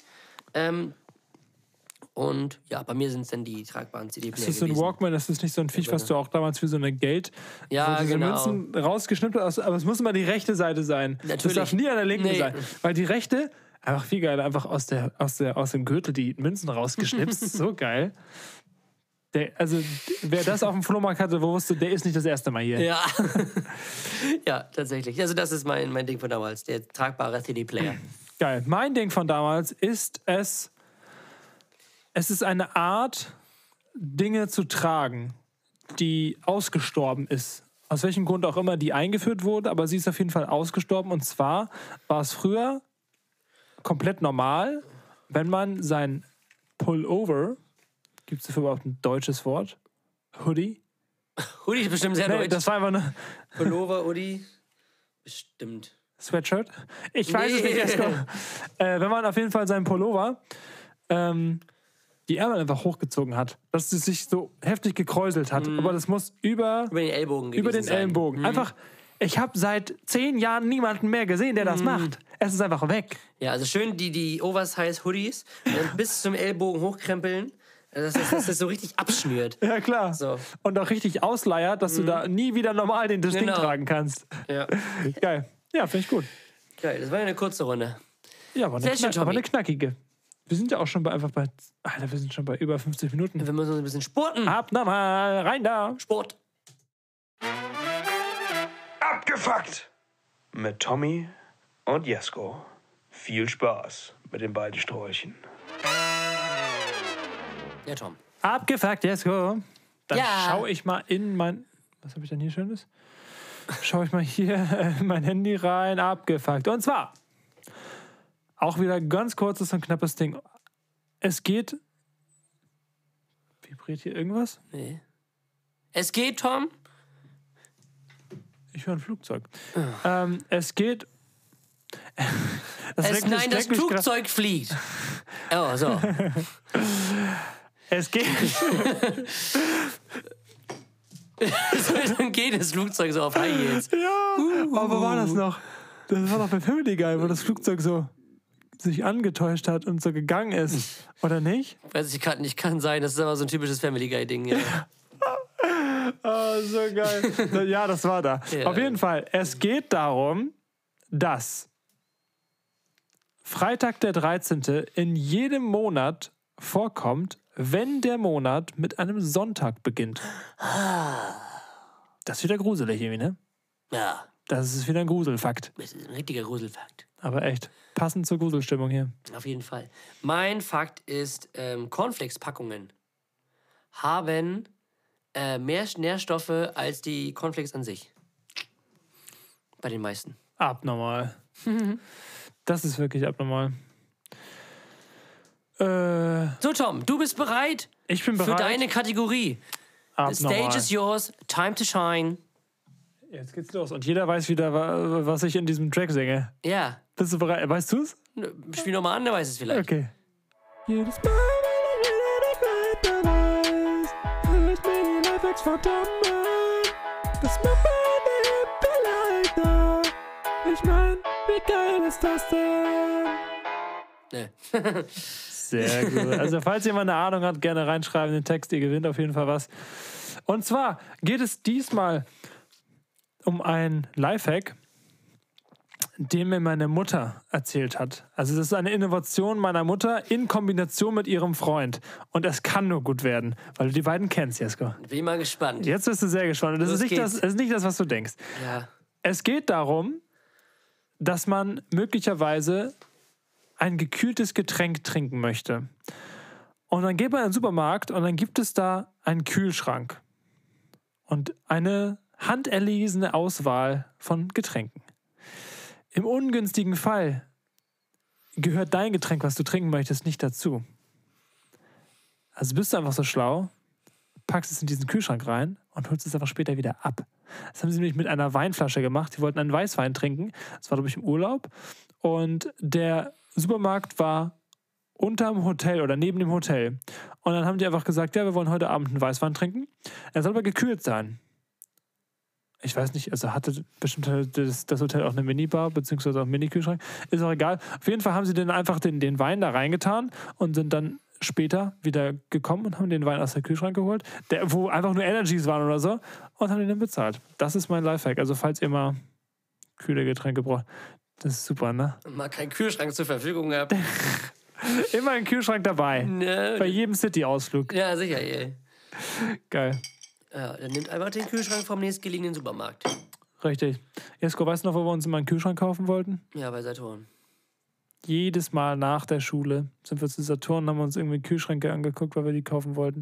Und ja, bei mir sind es dann die tragbaren CD-Player Das ist so ein gewesen. Walkman, das ist nicht so ein Viech, was du auch damals für so eine Geld, Ja, wo diese genau. Münzen rausgeschnitten hast, aber es muss immer die rechte Seite sein. Das Natürlich. darf nie an der linken Nee. sein. Weil die rechte, einfach viel geiler, einfach aus dem Gürtel die Münzen rausgeschnipst. So geil. Wer das auf dem Flohmarkt hatte, wo wusste, der ist nicht das erste Mal hier. Ja. Ja, tatsächlich. Also das ist mein Ding von damals, der tragbare CD-Player. Geil. Mein Ding von damals ist es ist eine Art, Dinge zu tragen, die ausgestorben ist. Aus welchem Grund auch immer die eingeführt wurde, aber sie ist auf jeden Fall ausgestorben. Und zwar war es früher komplett normal, wenn man sein Pullover, gibt es dafür überhaupt ein deutsches Wort? Hoodie? Hoodie ist bestimmt sehr Nee, deutsch. das war einfach eine Pullover, Hoodie, bestimmt. Sweatshirt. Ich weiß es nicht. Esko. Wenn man auf jeden Fall seinen Pullover die Ärmel einfach hochgezogen hat, dass es sich so heftig gekräuselt hat. Aber das muss über Über den Ellbogen gewesen den sein. Ellenbogen. Einfach, ich habe seit 10 Jahren niemanden mehr gesehen, der das macht. Es ist einfach weg. Ja, also schön die Oversize-Hoodies bis zum Ellbogen hochkrempeln, dass das so richtig abschnürt. Ja, klar. So. Und auch richtig ausleiert, dass du da nie wieder normal das Ding Genau. tragen kannst. Ja. Geil. Ja, finde ich gut. Geil, das war ja eine kurze Runde. Ja, aber Sehr schön, aber Tommy. eine knackige. Wir sind ja auch schon Alter, wir sind schon bei über 50 Minuten. Wir müssen uns ein bisschen sporten. Ab nochmal, rein da. Sport. Abgefuckt! Mit Tommy und Jesko. Viel Spaß mit den beiden Sträuchen. Ja, Tom. Abgefuckt, yes, go. Dann Ja. schaue ich mal in mein... Was habe ich denn hier Schönes? Schaue ich mal hier in mein Handy rein. Abgefuckt. Und zwar... Auch wieder ganz kurzes und knappes Ding. Es geht... Vibriert hier irgendwas? Nee. Es geht, Tom. Ich höre ein Flugzeug. Es geht... Das Flugzeug fliegt. Oh, so. Es geht... Dann geht das Flugzeug so auf High Heels. Ja, aber wo war das noch? Das war doch bei Family Guy, wo das Flugzeug so sich angetäuscht hat und so gegangen ist. Oder nicht? Weiß ich gerade nicht, kann sein. Das ist aber so ein typisches Family Guy-Ding. Ja. Oh, so geil. Ja, das war da. Ja. Auf jeden Fall, es geht darum, dass Freitag der 13. in jedem Monat vorkommt, wenn der Monat mit einem Sonntag beginnt. Das ist wieder gruselig irgendwie, ne? Ja. Das ist wieder ein Gruselfakt. Das ist ein richtiger Gruselfakt. Aber echt, passend zur Gruselstimmung hier. Auf jeden Fall. Mein Fakt ist, Cornflakes-Packungen haben mehr Nährstoffe als die Cornflakes an sich. Bei den meisten. Abnormal. Das ist wirklich abnormal. So, Tom, du bist bereit Ich bin für bereit. deine Kategorie. The Abnormal. stage is yours. Time to shine. Jetzt geht's los. Und jeder weiß wieder, was ich in diesem Track singe. Ja. Bist du bereit? Weißt du es? Spiel nochmal an, der weiß es vielleicht. Okay. Jedes Mal, wenn ich wieder weiß, hör ich mir die Lifehacks verdammen. Das macht mein Leben leichter. Ich mein, wie geil ist das denn? Nee. Sehr gut. Also falls jemand eine Ahnung hat, gerne reinschreiben in den Text. Ihr gewinnt auf jeden Fall was. Und zwar geht es diesmal um einen Lifehack, den mir meine Mutter erzählt hat. Also das ist eine Innovation meiner Mutter in Kombination mit ihrem Freund. Und es kann nur gut werden, weil du die beiden kennst, Jesko. Bin mal gespannt. Jetzt bist du sehr gespannt. Und das Los ist geht's. nicht das, was du denkst. Ja. Es geht darum, dass man möglicherweise ein gekühltes Getränk trinken möchte. Und dann geht man in den Supermarkt und dann gibt es da einen Kühlschrank und eine handerlesene Auswahl von Getränken. Im ungünstigen Fall gehört dein Getränk, was du trinken möchtest, nicht dazu. Also bist du einfach so schlau, packst es in diesen Kühlschrank rein und holst es einfach später wieder ab. Das haben sie nämlich mit einer Weinflasche gemacht. Sie wollten einen Weißwein trinken. Das war, glaube ich, im Urlaub. Und der Supermarkt war unterm Hotel oder neben dem Hotel. Und dann haben die einfach gesagt, ja, wir wollen heute Abend einen Weißwein trinken. Er soll aber gekühlt sein. Ich weiß nicht, also hatte bestimmt das Hotel auch eine Minibar, beziehungsweise auch einen Mini-Kühlschrank. Ist auch egal. Auf jeden Fall haben sie dann einfach den Wein da reingetan und sind dann später wieder gekommen und haben den Wein aus dem Kühlschrank geholt, wo einfach nur Energies waren oder so, und haben den dann bezahlt. Das ist mein Lifehack. Also falls ihr mal kühle Getränke braucht, das ist super, ne? Mal keinen Kühlschrank zur Verfügung gehabt. Immer ein Kühlschrank dabei. Bei Ne. jedem City-Ausflug. Ja, sicher, ey. Geil. Ja, dann nimmt einfach den Kühlschrank vom nächstgelegenen Supermarkt. Richtig. Jesko, weißt du noch, wo wir uns immer einen Kühlschrank kaufen wollten? Ja, bei Saturn. Jedes Mal nach der Schule sind wir zu Saturn und haben uns irgendwie Kühlschränke angeguckt, weil wir die kaufen wollten.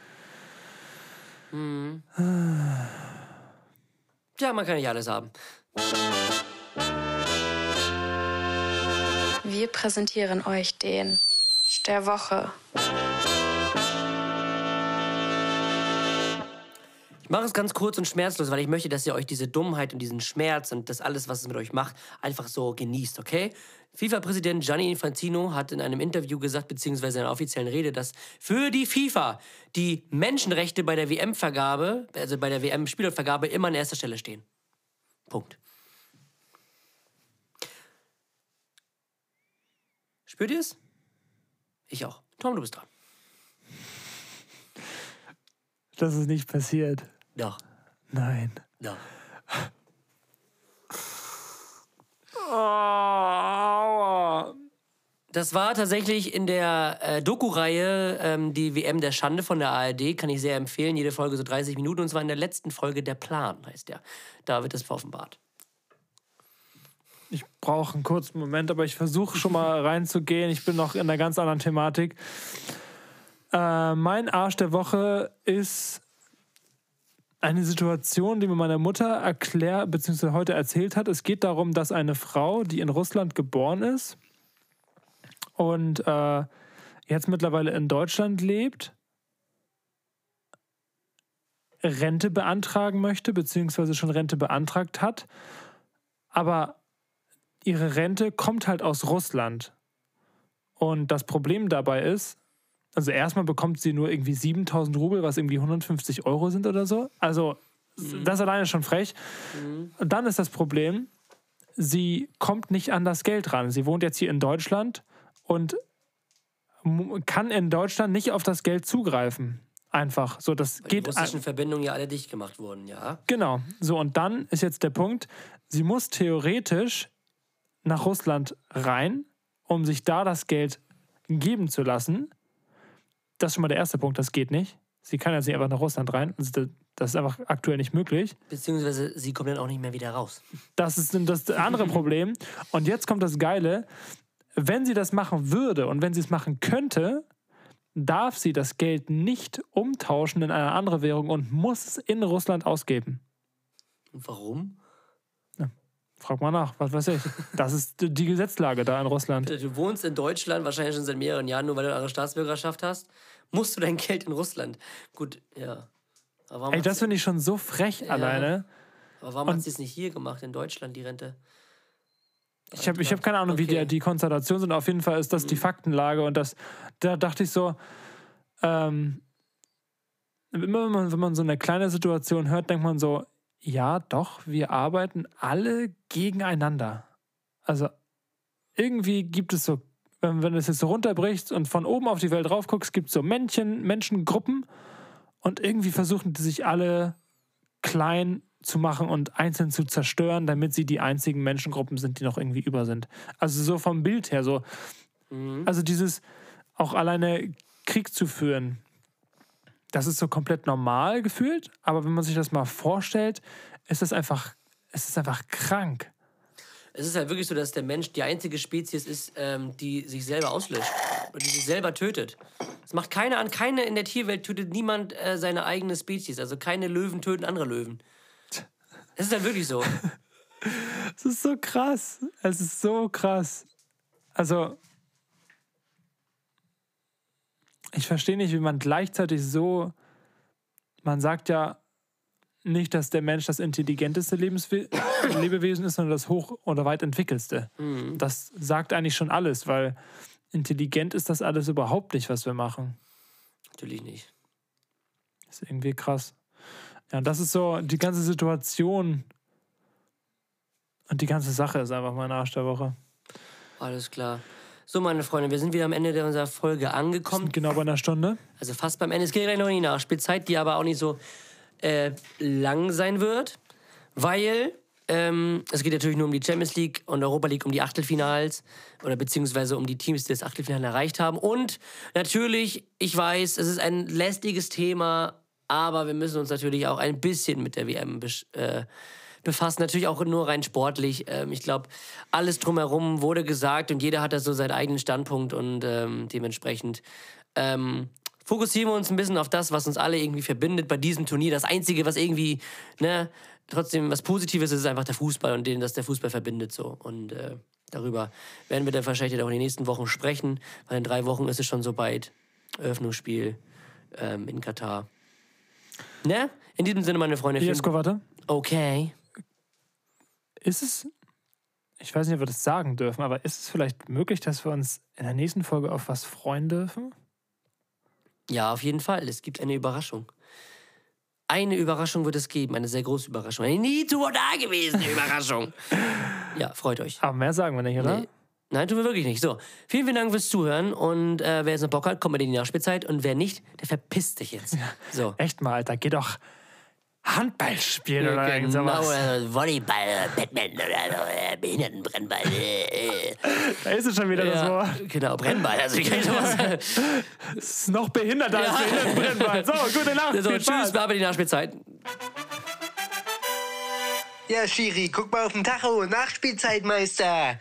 Ja, man kann nicht alles haben. Wir präsentieren euch den der Woche. Ich mache es ganz kurz und schmerzlos, weil ich möchte, dass ihr euch diese Dummheit und diesen Schmerz und das alles, was es mit euch macht, einfach so genießt, okay? FIFA-Präsident Gianni Infantino hat in einem Interview gesagt, beziehungsweise in einer offiziellen Rede, dass für die FIFA die Menschenrechte bei der WM-Vergabe, also bei der WM-Spielervergabe, immer an erster Stelle stehen. Punkt. Spürt ihr es? Ich auch. Tom, du bist dran. Das ist nicht passiert. Doch. Nein. Doch. Aua. Das war tatsächlich in der Doku-Reihe die WM der Schande von der ARD. Kann ich sehr empfehlen. Jede Folge so 30 Minuten. Und zwar in der letzten Folge Der Plan, heißt der. Da wird es offenbart. Ich brauche einen kurzen Moment, aber ich versuche schon mal reinzugehen. Ich bin noch in einer ganz anderen Thematik. Mein Arsch der Woche ist eine Situation, die mir meine Mutter erklärt, beziehungsweise heute erzählt hat. Es geht darum, dass eine Frau, die in Russland geboren ist und jetzt mittlerweile in Deutschland lebt, Rente beantragen möchte, beziehungsweise schon Rente beantragt hat, aber ihre Rente kommt halt aus Russland. Und das Problem dabei ist, also erstmal bekommt sie nur irgendwie 7.000 Rubel, was irgendwie 150 Euro sind oder so. Also das alleine ist schon frech. Und dann ist das Problem, sie kommt nicht an das Geld ran. Sie wohnt jetzt hier in Deutschland und kann in Deutschland nicht auf das Geld zugreifen. Einfach. So, das Weil geht. die russischen Verbindungen ja alle dicht gemacht wurden, ja. Genau. So, und dann ist jetzt der Punkt, sie muss theoretisch nach Russland rein, um sich da das Geld geben zu lassen. Das ist schon mal der erste Punkt, das geht nicht. Sie kann jetzt nicht einfach nach Russland rein. Also Das ist einfach aktuell nicht möglich. Beziehungsweise sie kommen dann auch nicht mehr wieder raus. Das ist das andere Problem. Und jetzt kommt das Geile. Wenn sie das machen würde und wenn sie es machen könnte, darf sie das Geld nicht umtauschen in eine andere Währung und muss es in Russland ausgeben. Und warum? Frag mal nach, was weiß ich. Das ist die Gesetzlage da in Russland. Du wohnst in Deutschland, wahrscheinlich schon seit mehreren Jahren, nur weil du eine Staatsbürgerschaft hast, musst du dein Geld in Russland. Gut, ja. Aber warum Ey, das finde ich schon so frech alleine. Aber warum hat sie es nicht hier gemacht, in Deutschland, die Rente? Ich hab keine Ahnung, wie die Konstellationen sind. Auf jeden Fall ist das die Faktenlage. Und da dachte ich so, immer wenn man so eine kleine Situation hört, denkt man so, ja, doch, wir arbeiten alle gegeneinander. Also irgendwie gibt es so, wenn du es jetzt so runterbrichst und von oben auf die Welt drauf guckst, gibt es so Menschengruppen und irgendwie versuchen die sich alle klein zu machen und einzeln zu zerstören, damit sie die einzigen Menschengruppen sind, die noch irgendwie über sind. Also so vom Bild her so. Also dieses auch alleine Krieg zu führen, das ist so komplett normal gefühlt, aber wenn man sich das mal vorstellt, ist es einfach krank. Es ist halt wirklich so, dass der Mensch die einzige Spezies ist, die sich selber auslöscht und die sich selber tötet. Das macht keine in der Tierwelt tötet niemand seine eigene Spezies. Also keine Löwen töten andere Löwen. Es ist halt wirklich so. Es ist so krass. Es ist so krass. Also ich verstehe nicht, wie man gleichzeitig so, man sagt ja nicht, dass der Mensch das intelligenteste Lebewesen ist, sondern das hoch- oder weit entwickelste. Das sagt eigentlich schon alles, weil intelligent ist das alles überhaupt nicht, was wir machen. Natürlich nicht. Das ist irgendwie krass. Ja, und das ist so, die ganze Situation und die ganze Sache ist einfach mein Arsch der Woche. Alles klar. So, meine Freunde, wir sind wieder am Ende unserer Folge angekommen. Sind genau bei einer Stunde. Also fast beim Ende. Es geht gleich noch in die Nachspielzeit, die aber auch nicht so lang sein wird, weil es geht natürlich nur um die Champions League und Europa League, um die Achtelfinals oder beziehungsweise um die Teams, die das Achtelfinale erreicht haben. Und natürlich, ich weiß, es ist ein lästiges Thema, aber wir müssen uns natürlich auch ein bisschen mit der WM befassen. Natürlich auch nur rein sportlich. Ich glaube, alles drumherum wurde gesagt und jeder hat da so seinen eigenen Standpunkt und dementsprechend fokussieren wir uns ein bisschen auf das, was uns alle irgendwie verbindet bei diesem Turnier. Das Einzige, was irgendwie, trotzdem was Positives ist, ist einfach der Fußball und dass der Fußball verbindet so. Und darüber werden wir dann wahrscheinlich auch in den nächsten Wochen sprechen, weil in 3 Wochen ist es schon so bald. Eröffnungsspiel in Katar. Ne? In diesem Sinne, meine Freunde. Jesko, warte. Okay. Ist es, ich weiß nicht, ob wir das sagen dürfen, aber ist es vielleicht möglich, dass wir uns in der nächsten Folge auf was freuen dürfen? Ja, auf jeden Fall. Es gibt eine Überraschung. Eine Überraschung wird es geben, eine sehr große Überraschung. Eine nie zuvor dagewesene Überraschung. Ja, freut euch. Aber mehr sagen wir nicht, oder? Nee. Nein, tun wir wirklich nicht. So, vielen Dank fürs Zuhören und wer jetzt noch Bock hat, kommt mit in die Nachspielzeit und wer nicht, der verpisst sich jetzt. So. Echt mal, Alter, geh doch Handball spielen oder irgend Genau, sowas. Volleyball, Batman oder so, Behindertenbrennball. Da ist es schon wieder das Wort. Genau, Brennball. Also ich kann sowas. Das ist noch behinderter als Behindertenbrennball. So, gute Nacht. So, viel Spaß. tschüss, wir haben die Nachspielzeit. Ja, Schiri, guck mal auf den Tacho. Nachspielzeitmeister.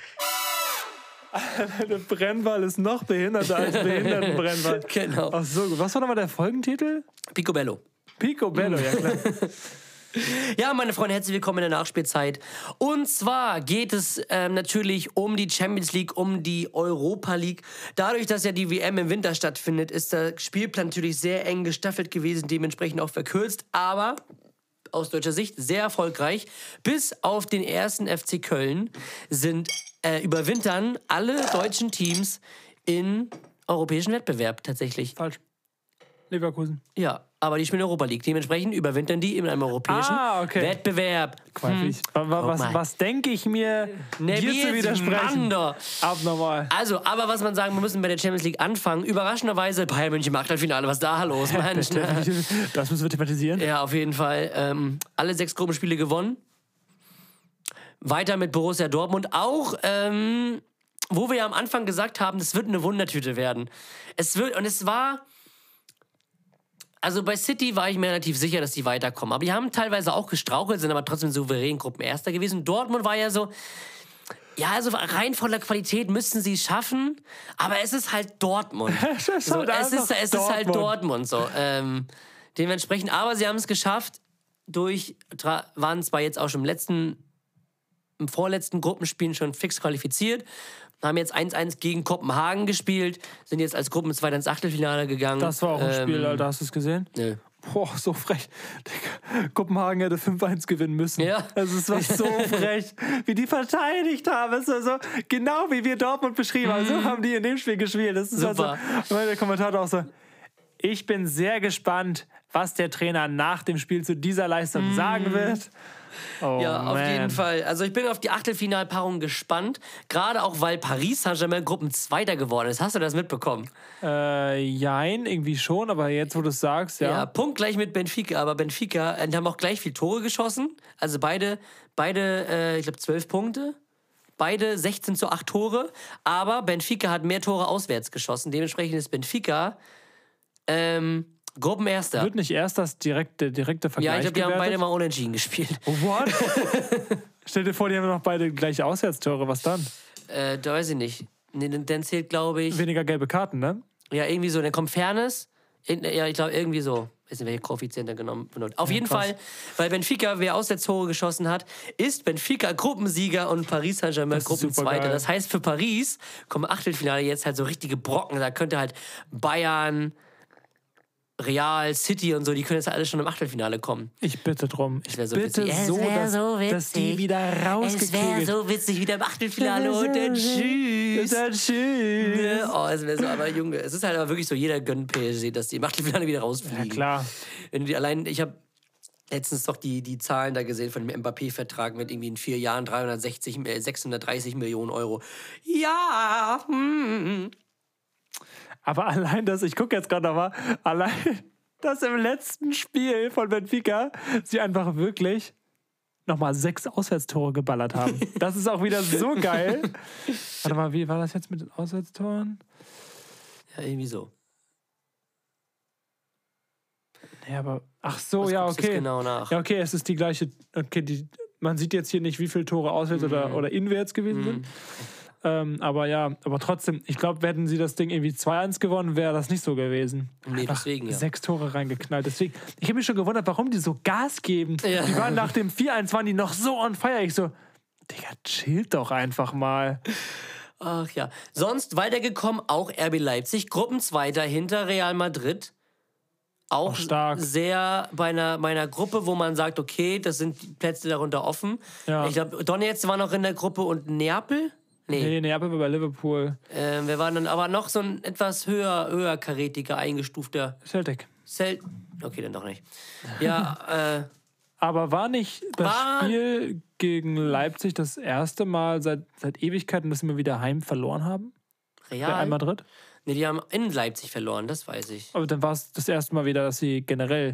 Der Brennball ist noch behinderter als Behindertenbrennball. Genau. Ach so, was war nochmal der Folgentitel? Picobello. Picobello, ja klar. Ja, meine Freunde, herzlich willkommen in der Nachspielzeit. Und zwar geht es natürlich um die Champions League, um die Europa League. Dadurch, dass ja die WM im Winter stattfindet, ist der Spielplan natürlich sehr eng gestaffelt gewesen, dementsprechend auch verkürzt, aber aus deutscher Sicht sehr erfolgreich. Bis auf den ersten FC Köln überwintern alle deutschen Teams in europäischen Wettbewerb tatsächlich. Falsch. Leverkusen. Ja, aber die spielen Europa League. Dementsprechend überwintern die in einem europäischen Wettbewerb. Was denke ich mir, dir zu widersprechen? Abnormal. Also, aber was man sagen, wir müssen bei der Champions League anfangen. Überraschenderweise Bayern München im Achtelfinale. Was ist da los, Mensch? Das müssen wir thematisieren. Ja, auf jeden Fall. Alle 6 Gruppenspiele gewonnen. Weiter mit Borussia Dortmund. Auch, wo wir ja am Anfang gesagt haben, das wird eine Wundertüte werden. Es war Also bei City war ich mir relativ sicher, dass die weiterkommen. Aber die haben teilweise auch gestrauchelt, sind aber trotzdem souverän Gruppenerster gewesen. Dortmund war ja so, ja, also rein von der Qualität müssten sie es schaffen, aber es ist halt Dortmund. Es ist halt Dortmund so. Dementsprechend, aber sie haben es geschafft, waren zwar jetzt auch schon im vorletzten Gruppenspiel schon fix qualifiziert, haben jetzt 1-1 gegen Kopenhagen gespielt, sind jetzt als Gruppenzweiter ins Achtelfinale gegangen. Das war auch ein Spiel, Alter, hast du es gesehen? Nö. Boah, so frech. Kopenhagen hätte 5-1 gewinnen müssen. Ja. Also es war so frech, wie die verteidigt haben. Es war so, genau wie wir Dortmund beschrieben haben. So haben die in dem Spiel gespielt. Das ist Super. Also, der Kommentator auch so, ich bin sehr gespannt, was der Trainer nach dem Spiel zu dieser Leistung sagen wird. Oh, Ja, auf man. jeden Fall. Also ich bin auf die Achtelfinalpaarung gespannt. Gerade auch, weil Paris Saint-Germain Gruppenzweiter geworden ist. Hast du das mitbekommen? Jein, irgendwie schon, aber jetzt, wo du es sagst, ja. Ja, punktgleich mit Benfica. Aber Benfica, die haben auch gleich viel Tore geschossen. Also beide ich glaube 12 Punkte. Beide 16-8 Tore. Aber Benfica hat mehr Tore auswärts geschossen. Dementsprechend ist Benfica Gruppenerster. Wird nicht erst das direkte Vergleich Ja, ich glaube, die haben gewertet? beide mal unentschieden gespielt. What? Stell dir vor, die haben noch beide gleiche Auswärtstore. Was dann? Da weiß ich nicht. Nee, dann zählt, glaube ich. Weniger gelbe Karten, ne? Ja, irgendwie so. Dann kommt Fairness. Ja, ich glaube, irgendwie so. Ich weiß nicht, welche Koeffizient er genommen wird. Auf jeden krass. Fall, weil Benfica, wer Auswärtstore geschossen hat, ist Benfica Gruppensieger und Paris Saint-Germain Das ist Gruppenzweiter. supergeil. Das heißt, für Paris kommen Achtelfinale jetzt halt so richtige Brocken. Da könnte halt Bayern, Real, City und so, die können jetzt alles schon im Achtelfinale kommen. Ich bitte drum. Ich wär so bitte witzig. so, Es wär dass, so dass die witzig. wieder Es wäre rausgekriegt. so witzig, wieder im Achtelfinale und dann tschüss. Tschüss. Oh, es wäre so, aber Junge, es ist halt aber wirklich so, jeder gönnt PSG, dass die im Achtelfinale wieder rausfliegen. Ja, klar. Wenn du die allein, ich habe letztens doch die Zahlen da gesehen von dem Mbappé-Vertrag mit irgendwie in 4 Jahren 630 Millionen Euro. Ja, Aber allein das, ich gucke jetzt gerade nochmal, allein das im letzten Spiel von Benfica sie einfach wirklich nochmal 6 Auswärtstore geballert haben. Das ist auch wieder so geil. Warte mal, wie war das jetzt mit den Auswärtstoren? Ja, irgendwie so. Ja, aber, ach so, Was ja, guckst du jetzt okay. genau nach? Ja, okay, es ist die gleiche, okay, man sieht jetzt hier nicht, wie viele Tore auswärts oder inwärts gewesen sind. Aber ja, aber trotzdem, ich glaube, hätten sie das Ding irgendwie 2-1 gewonnen, wäre das nicht so gewesen. Nee, Einfach deswegen, ja. 6 Tore reingeknallt. Deswegen, ich habe mich schon gewundert, warum die so Gas geben. Ja. Die waren nach dem 4-1, waren die noch so on fire. Ich so, Digga, chillt doch einfach mal. Ach ja. Sonst weitergekommen, auch RB Leipzig, Gruppenzweiter hinter Real Madrid. Auch stark. sehr bei einer Gruppe, wo man sagt, okay, das sind die Plätze darunter offen. Ja. Ich glaube, Donetsk war noch in der Gruppe und Neapel? Nee, Neapel war bei Liverpool. Wir waren dann aber noch so ein etwas höherkarätiger eingestufter Celtic. Okay, dann doch nicht. Ja, Aber war nicht das Spiel gegen Leipzig das erste Mal seit Ewigkeiten, dass wir wieder heim verloren haben? Real? Real Madrid? Nee, die haben in Leipzig verloren, das weiß ich. Aber dann war es das erste Mal wieder, dass sie generell.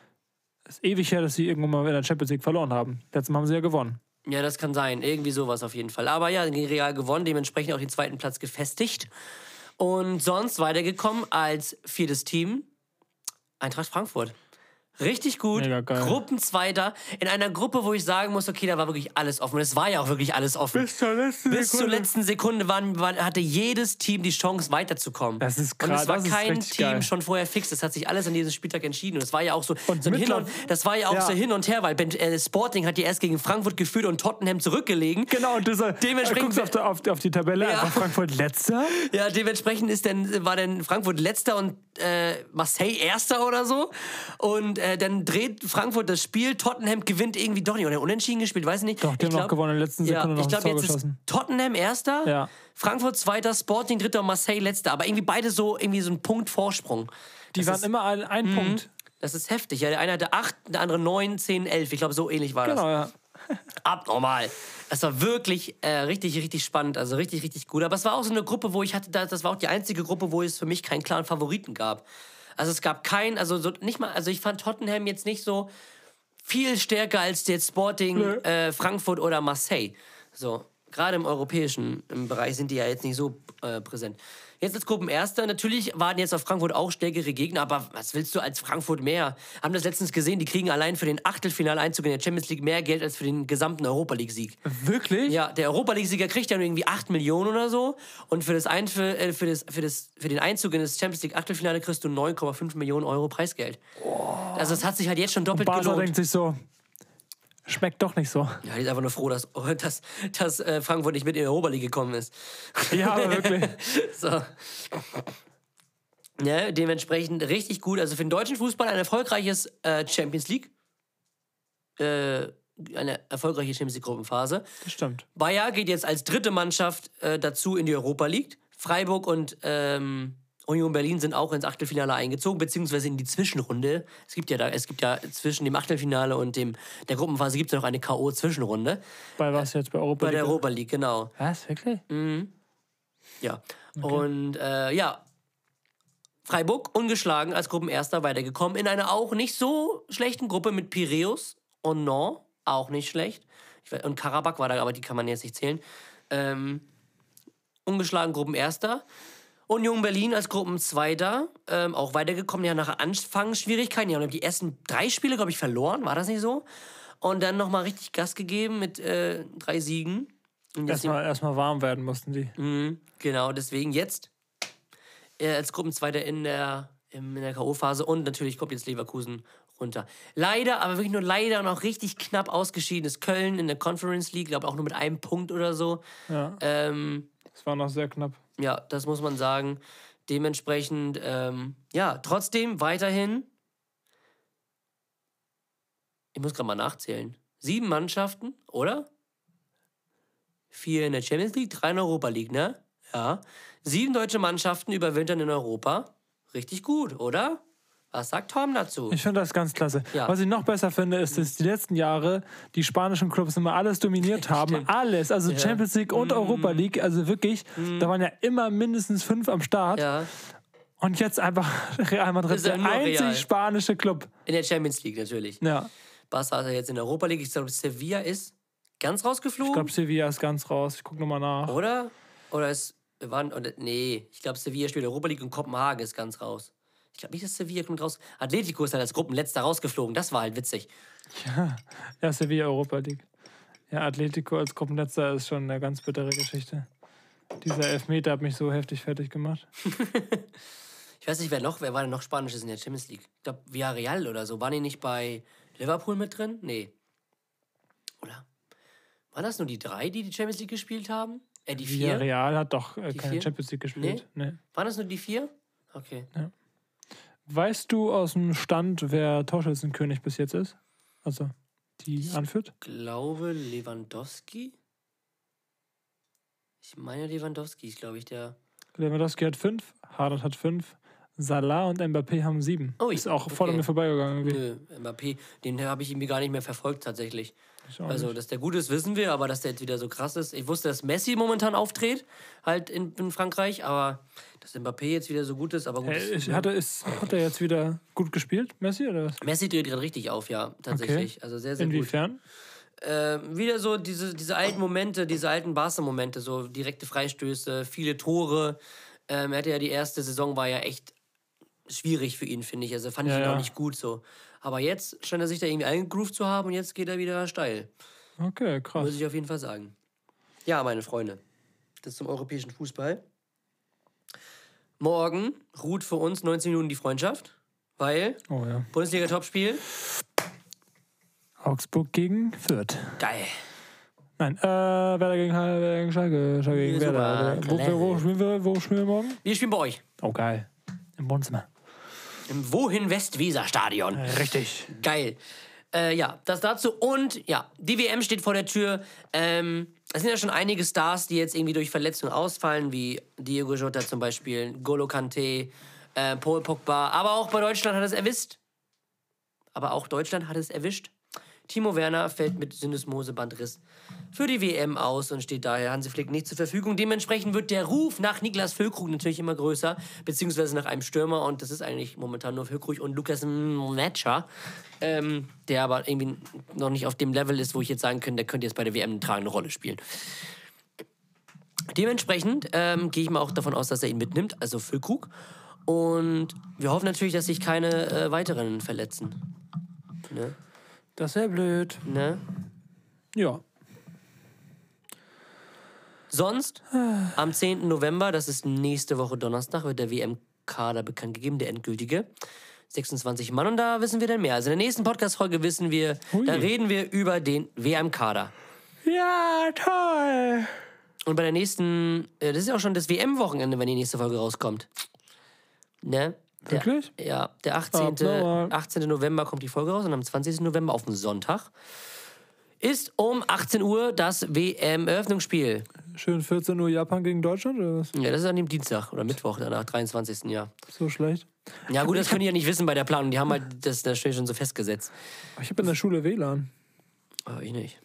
Es ist ewig her, dass sie irgendwann mal in der Champions League verloren haben. Letztes Mal haben sie ja gewonnen. Ja, das kann sein. Irgendwie sowas auf jeden Fall. Aber ja, gegen Real gewonnen, dementsprechend auch den 2. Platz gefestigt. Und sonst weitergekommen als 4. Team Eintracht Frankfurt. Richtig gut. Mega geil. Gruppenzweiter. In einer Gruppe, wo ich sagen muss, okay, da war wirklich alles offen. Und es war ja auch wirklich alles offen. Bis zur letzten Sekunde hatte jedes Team die Chance, weiterzukommen. Das ist Und krass. es war Das ist kein richtig Team geil. schon vorher fix. Das hat sich alles an diesem Spieltag entschieden. Und es war ja auch so ein das war ja auch Ja. so hin und her, weil Sporting hat ja erst gegen Frankfurt geführt und Tottenham zurückgelegen. Genau, und du Dementsprechend- guckst auf die Tabelle, Ja. einfach Frankfurt letzter. Ja, dementsprechend war dann Frankfurt letzter und Marseille erster oder so. Und dann dreht Frankfurt das Spiel. Tottenham gewinnt irgendwie doch nicht. Oder unentschieden gespielt, weiß ich nicht. Doch, die haben noch gewonnen in der letzten Sekunde noch ich ein glaube, Tor jetzt ist geschossen. Tottenham erster, Ja. Frankfurt zweiter, Sporting dritter und Marseille letzter. Aber irgendwie beide so ein Punkt Vorsprung. Die waren immer ein Punkt. Das ist heftig. Ja, der eine hatte 8, der andere 9, 10, 11. Ich glaube, so ähnlich war das. Genau, ja. Abnormal. Das war wirklich richtig, richtig spannend. Also richtig, richtig gut. Aber es war auch so eine Gruppe, wo das war auch die einzige Gruppe, wo es für mich keinen klaren Favoriten gab. Also es gab keinen, ich fand Tottenham jetzt nicht so viel stärker als jetzt Sporting, Frankfurt oder Marseille. So. gerade im europäischen Bereich sind die ja jetzt nicht so präsent. Jetzt als Gruppenerster, natürlich warten jetzt auf Frankfurt auch stärkere Gegner, aber was willst du als Frankfurt mehr? Haben das letztens gesehen, die kriegen allein für den Achtelfinaleinzug in der Champions League mehr Geld als für den gesamten Europa-League-Sieg. Wirklich? Ja, der Europa-League-Sieger kriegt ja nur irgendwie 8 Millionen oder so und für den Einzug in das Champions League-Achtelfinale kriegst du 9,5 Millionen Euro Preisgeld. Also es hat sich halt jetzt schon doppelt Barca gelohnt. denkt sich so, schmeckt doch nicht so. Ja, die ist einfach nur froh, dass Frankfurt nicht mit in die Europa League gekommen ist. Ja, aber wirklich. So. Ja, dementsprechend richtig gut. Also für den deutschen Fußball ein erfolgreiches Champions League. Eine erfolgreiche Champions League Gruppenphase. Das stimmt. Bayer geht jetzt als dritte Mannschaft dazu in die Europa League. Freiburg und Union Berlin sind auch ins Achtelfinale eingezogen, beziehungsweise in die Zwischenrunde. Es gibt ja zwischen dem Achtelfinale und der Gruppenphase gibt es noch eine K.O.-Zwischenrunde. Bei was jetzt? Bei Europa Bei League? der Europa League, genau. Was, wirklich? Ja. Okay. Und Freiburg ungeschlagen als Gruppenerster weitergekommen in einer auch nicht so schlechten Gruppe mit Piräus und Nantes, auch nicht schlecht. Und Karabakh war da, aber die kann man jetzt nicht zählen. Ungeschlagen Gruppenerster. Union Berlin als Gruppenzweiter, auch weitergekommen, ja, nach Anfangsschwierigkeiten. Die haben die ersten 3 Spiele, glaube ich, verloren, war das nicht so? Und dann nochmal richtig Gas gegeben mit 3 Siegen. Erstmal warm werden mussten die. Genau, deswegen jetzt als Gruppenzweiter in der K.O.-Phase und natürlich kommt jetzt Leverkusen runter. Leider, aber wirklich nur leider noch richtig knapp ausgeschieden ist Köln in der Conference League, glaube auch nur mit 1 Punkt oder so. Ja. Das war noch sehr knapp. Ja, das muss man sagen. Dementsprechend, trotzdem weiterhin, ich muss gerade mal nachzählen, 7 Mannschaften, oder? 4 in der Champions League, 3 in der Europa League, ne? Ja. 7 deutsche Mannschaften überwintern in Europa. Richtig gut, oder? Was sagt Tom dazu? Ich finde das ganz klasse. Ja. Was ich noch besser finde, ist, dass die letzten Jahre die spanischen Clubs immer alles dominiert haben. Stimmt. Alles. Also Champions League und Europa League. Also wirklich, da waren ja immer mindestens 5 am Start. Ja, Und jetzt einfach Real Madrid, Ist ja der nur einzig Real. spanische Club. in der Champions League natürlich. Ja. Barca ist ja jetzt in der Europa League. Ich glaube, Sevilla ist ganz rausgeflogen. Ich glaube, Sevilla ist ganz raus. Ich gucke nochmal nach. Oder? Nee, ich glaube, Sevilla spielt Europa League und Kopenhagen ist ganz raus. Ich glaube nicht, dass Sevilla kommt raus. Atletico ist halt als Gruppenletzter rausgeflogen. Das war halt witzig. Ja, Sevilla Europa League. Ja, Atletico als Gruppenletzter ist schon eine ganz bittere Geschichte. Dieser Elfmeter hat mich so heftig fertig gemacht. Ich weiß nicht, wer war denn noch Spanisches in der Champions League? Ich glaube, Villarreal oder so. Waren die nicht bei Liverpool mit drin? Nee. Oder? Waren das nur die 3, die die Champions League gespielt haben? Die 4? Villarreal hat doch keine 4? Champions League gespielt. Nee. Waren das nur die 4? Okay. Weißt du aus dem Stand, wer Torschützenkönig bis jetzt ist? Also, die anführt? Ich glaube, Lewandowski. Ich meine, Lewandowski ist, glaube ich, der... Lewandowski hat 5, Haaland hat 5, Salah und Mbappé haben 7. Ui, Ist auch voll okay. an mir vorbeigegangen. Irgendwie. Nö, Mbappé, den habe ich irgendwie gar nicht mehr verfolgt tatsächlich. Ich auch Also, nicht. dass der gut ist, wissen wir, aber dass der jetzt wieder so krass ist. Ich wusste, dass Messi momentan auftritt, halt in Frankreich, aber dass Mbappé jetzt wieder so gut ist, aber gut. Hat er jetzt wieder gut gespielt, Messi, oder was? Messi dreht gerade richtig auf, ja, tatsächlich. Okay. Also sehr, sehr Inwiefern? gut. Wieder so diese alten Momente, diese alten Barca-Momente, so direkte Freistöße, viele Tore. Er hatte ja die erste Saison, war ja echt schwierig für ihn, finde ich. Also fand ich ihn auch nicht gut so. Aber jetzt scheint er sich da irgendwie eingegroovt zu haben und jetzt geht er wieder steil. Okay, krass. Muss ich auf jeden Fall sagen. Ja, meine Freunde, das zum europäischen Fußball. Morgen ruht für uns 19 Minuten die Freundschaft, weil Oh ja. Bundesliga-Topspiel. Augsburg gegen Fürth. Geil. Nein, Werder gegen Schalke. Schalke gegen Super, Werder. Wo spielen wir morgen? Wir spielen bei euch. Oh, geil. Im Wohnzimmer. Im Wohin-West-Weser-Stadion. Richtig. Geil. Das dazu. Und ja, die WM steht vor der Tür. Es sind ja schon einige Stars, die jetzt irgendwie durch Verletzungen ausfallen, wie Diogo Jota zum Beispiel, N'Golo Kanté, Paul Pogba. Aber auch bei Deutschland hat es erwischt. Timo Werner fällt mit Syndesmosebandriss für die WM aus und steht daher Hansi Flick nicht zur Verfügung. Dementsprechend wird der Ruf nach Niklas Füllkrug natürlich immer größer, beziehungsweise nach einem Stürmer. Und das ist eigentlich momentan nur Füllkrug und Lukas Metscher, der aber irgendwie noch nicht auf dem Level ist, wo ich jetzt sagen könnte, der könnte jetzt bei der WM eine tragende Rolle spielen. Dementsprechend gehe ich mal auch davon aus, dass er ihn mitnimmt, also Füllkrug. Und wir hoffen natürlich, dass sich keine weiteren verletzen. Ne? Das wäre blöd. Ne? Ja. Sonst, am 10. November, das ist nächste Woche Donnerstag, wird der WM-Kader bekannt gegeben, der endgültige. 26 Mann und da wissen wir dann mehr. Also in der nächsten Podcast-Folge wissen wir, da reden wir über den WM-Kader. Ja, toll. Und bei der nächsten, das ist ja auch schon das WM-Wochenende, wenn die nächste Folge rauskommt. Ne? Wirklich? Ja, der 18. November kommt die Folge raus und am 20. November auf den Sonntag ist um 18 Uhr das WM-Eröffnungsspiel. Schön 14 Uhr Japan gegen Deutschland oder was? Ja, das ist an dem Dienstag oder Mittwoch, danach 23. Jahr. So schlecht. Ja gut, das können die ja nicht wissen bei der Planung. Die haben halt das natürlich schon so festgesetzt. Ich habe in der Schule WLAN. Aber ich nicht.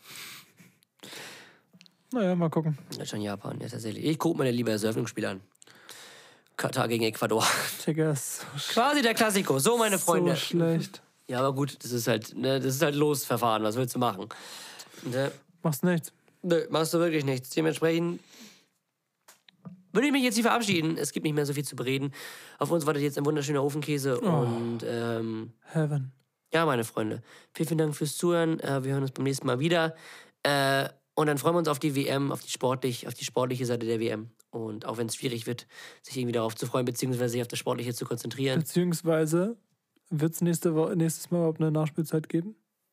Naja, mal gucken. Das ist schon Japan, ja tatsächlich. Ich gucke mir lieber das Eröffnungsspiel an. Katar gegen Ecuador. Digga, ist Quasi der Klassiko. So, meine Freunde. so schlecht. Ja, aber gut, das ist halt Losverfahren. Was willst du machen? Ne? Machst nichts. Nö, machst du wirklich nichts. Dementsprechend würde ich mich jetzt hier verabschieden. Es gibt nicht mehr so viel zu bereden. Auf uns wartet jetzt ein wunderschöner Ofenkäse. Und Heaven. ja, meine Freunde, vielen Dank fürs Zuhören. Wir hören uns beim nächsten Mal wieder. Und dann freuen wir uns auf die WM, auf die sportliche Seite der WM. Und auch wenn es schwierig wird, sich irgendwie darauf zu freuen, beziehungsweise sich auf das Sportliche zu konzentrieren. Beziehungsweise, wird es nächstes Mal überhaupt eine Nachspielzeit geben?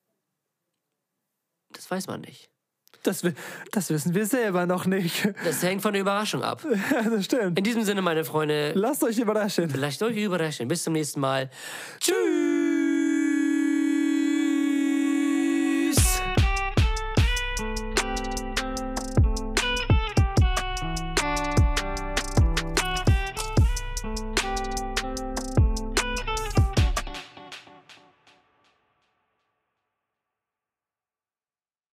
Das weiß man nicht. Das wissen wir selber noch nicht. Das hängt von der Überraschung ab. Ja, das stimmt. In diesem Sinne, meine Freunde, Lasst euch überraschen. lasst euch überraschen. Bis zum nächsten Mal. Tschüss!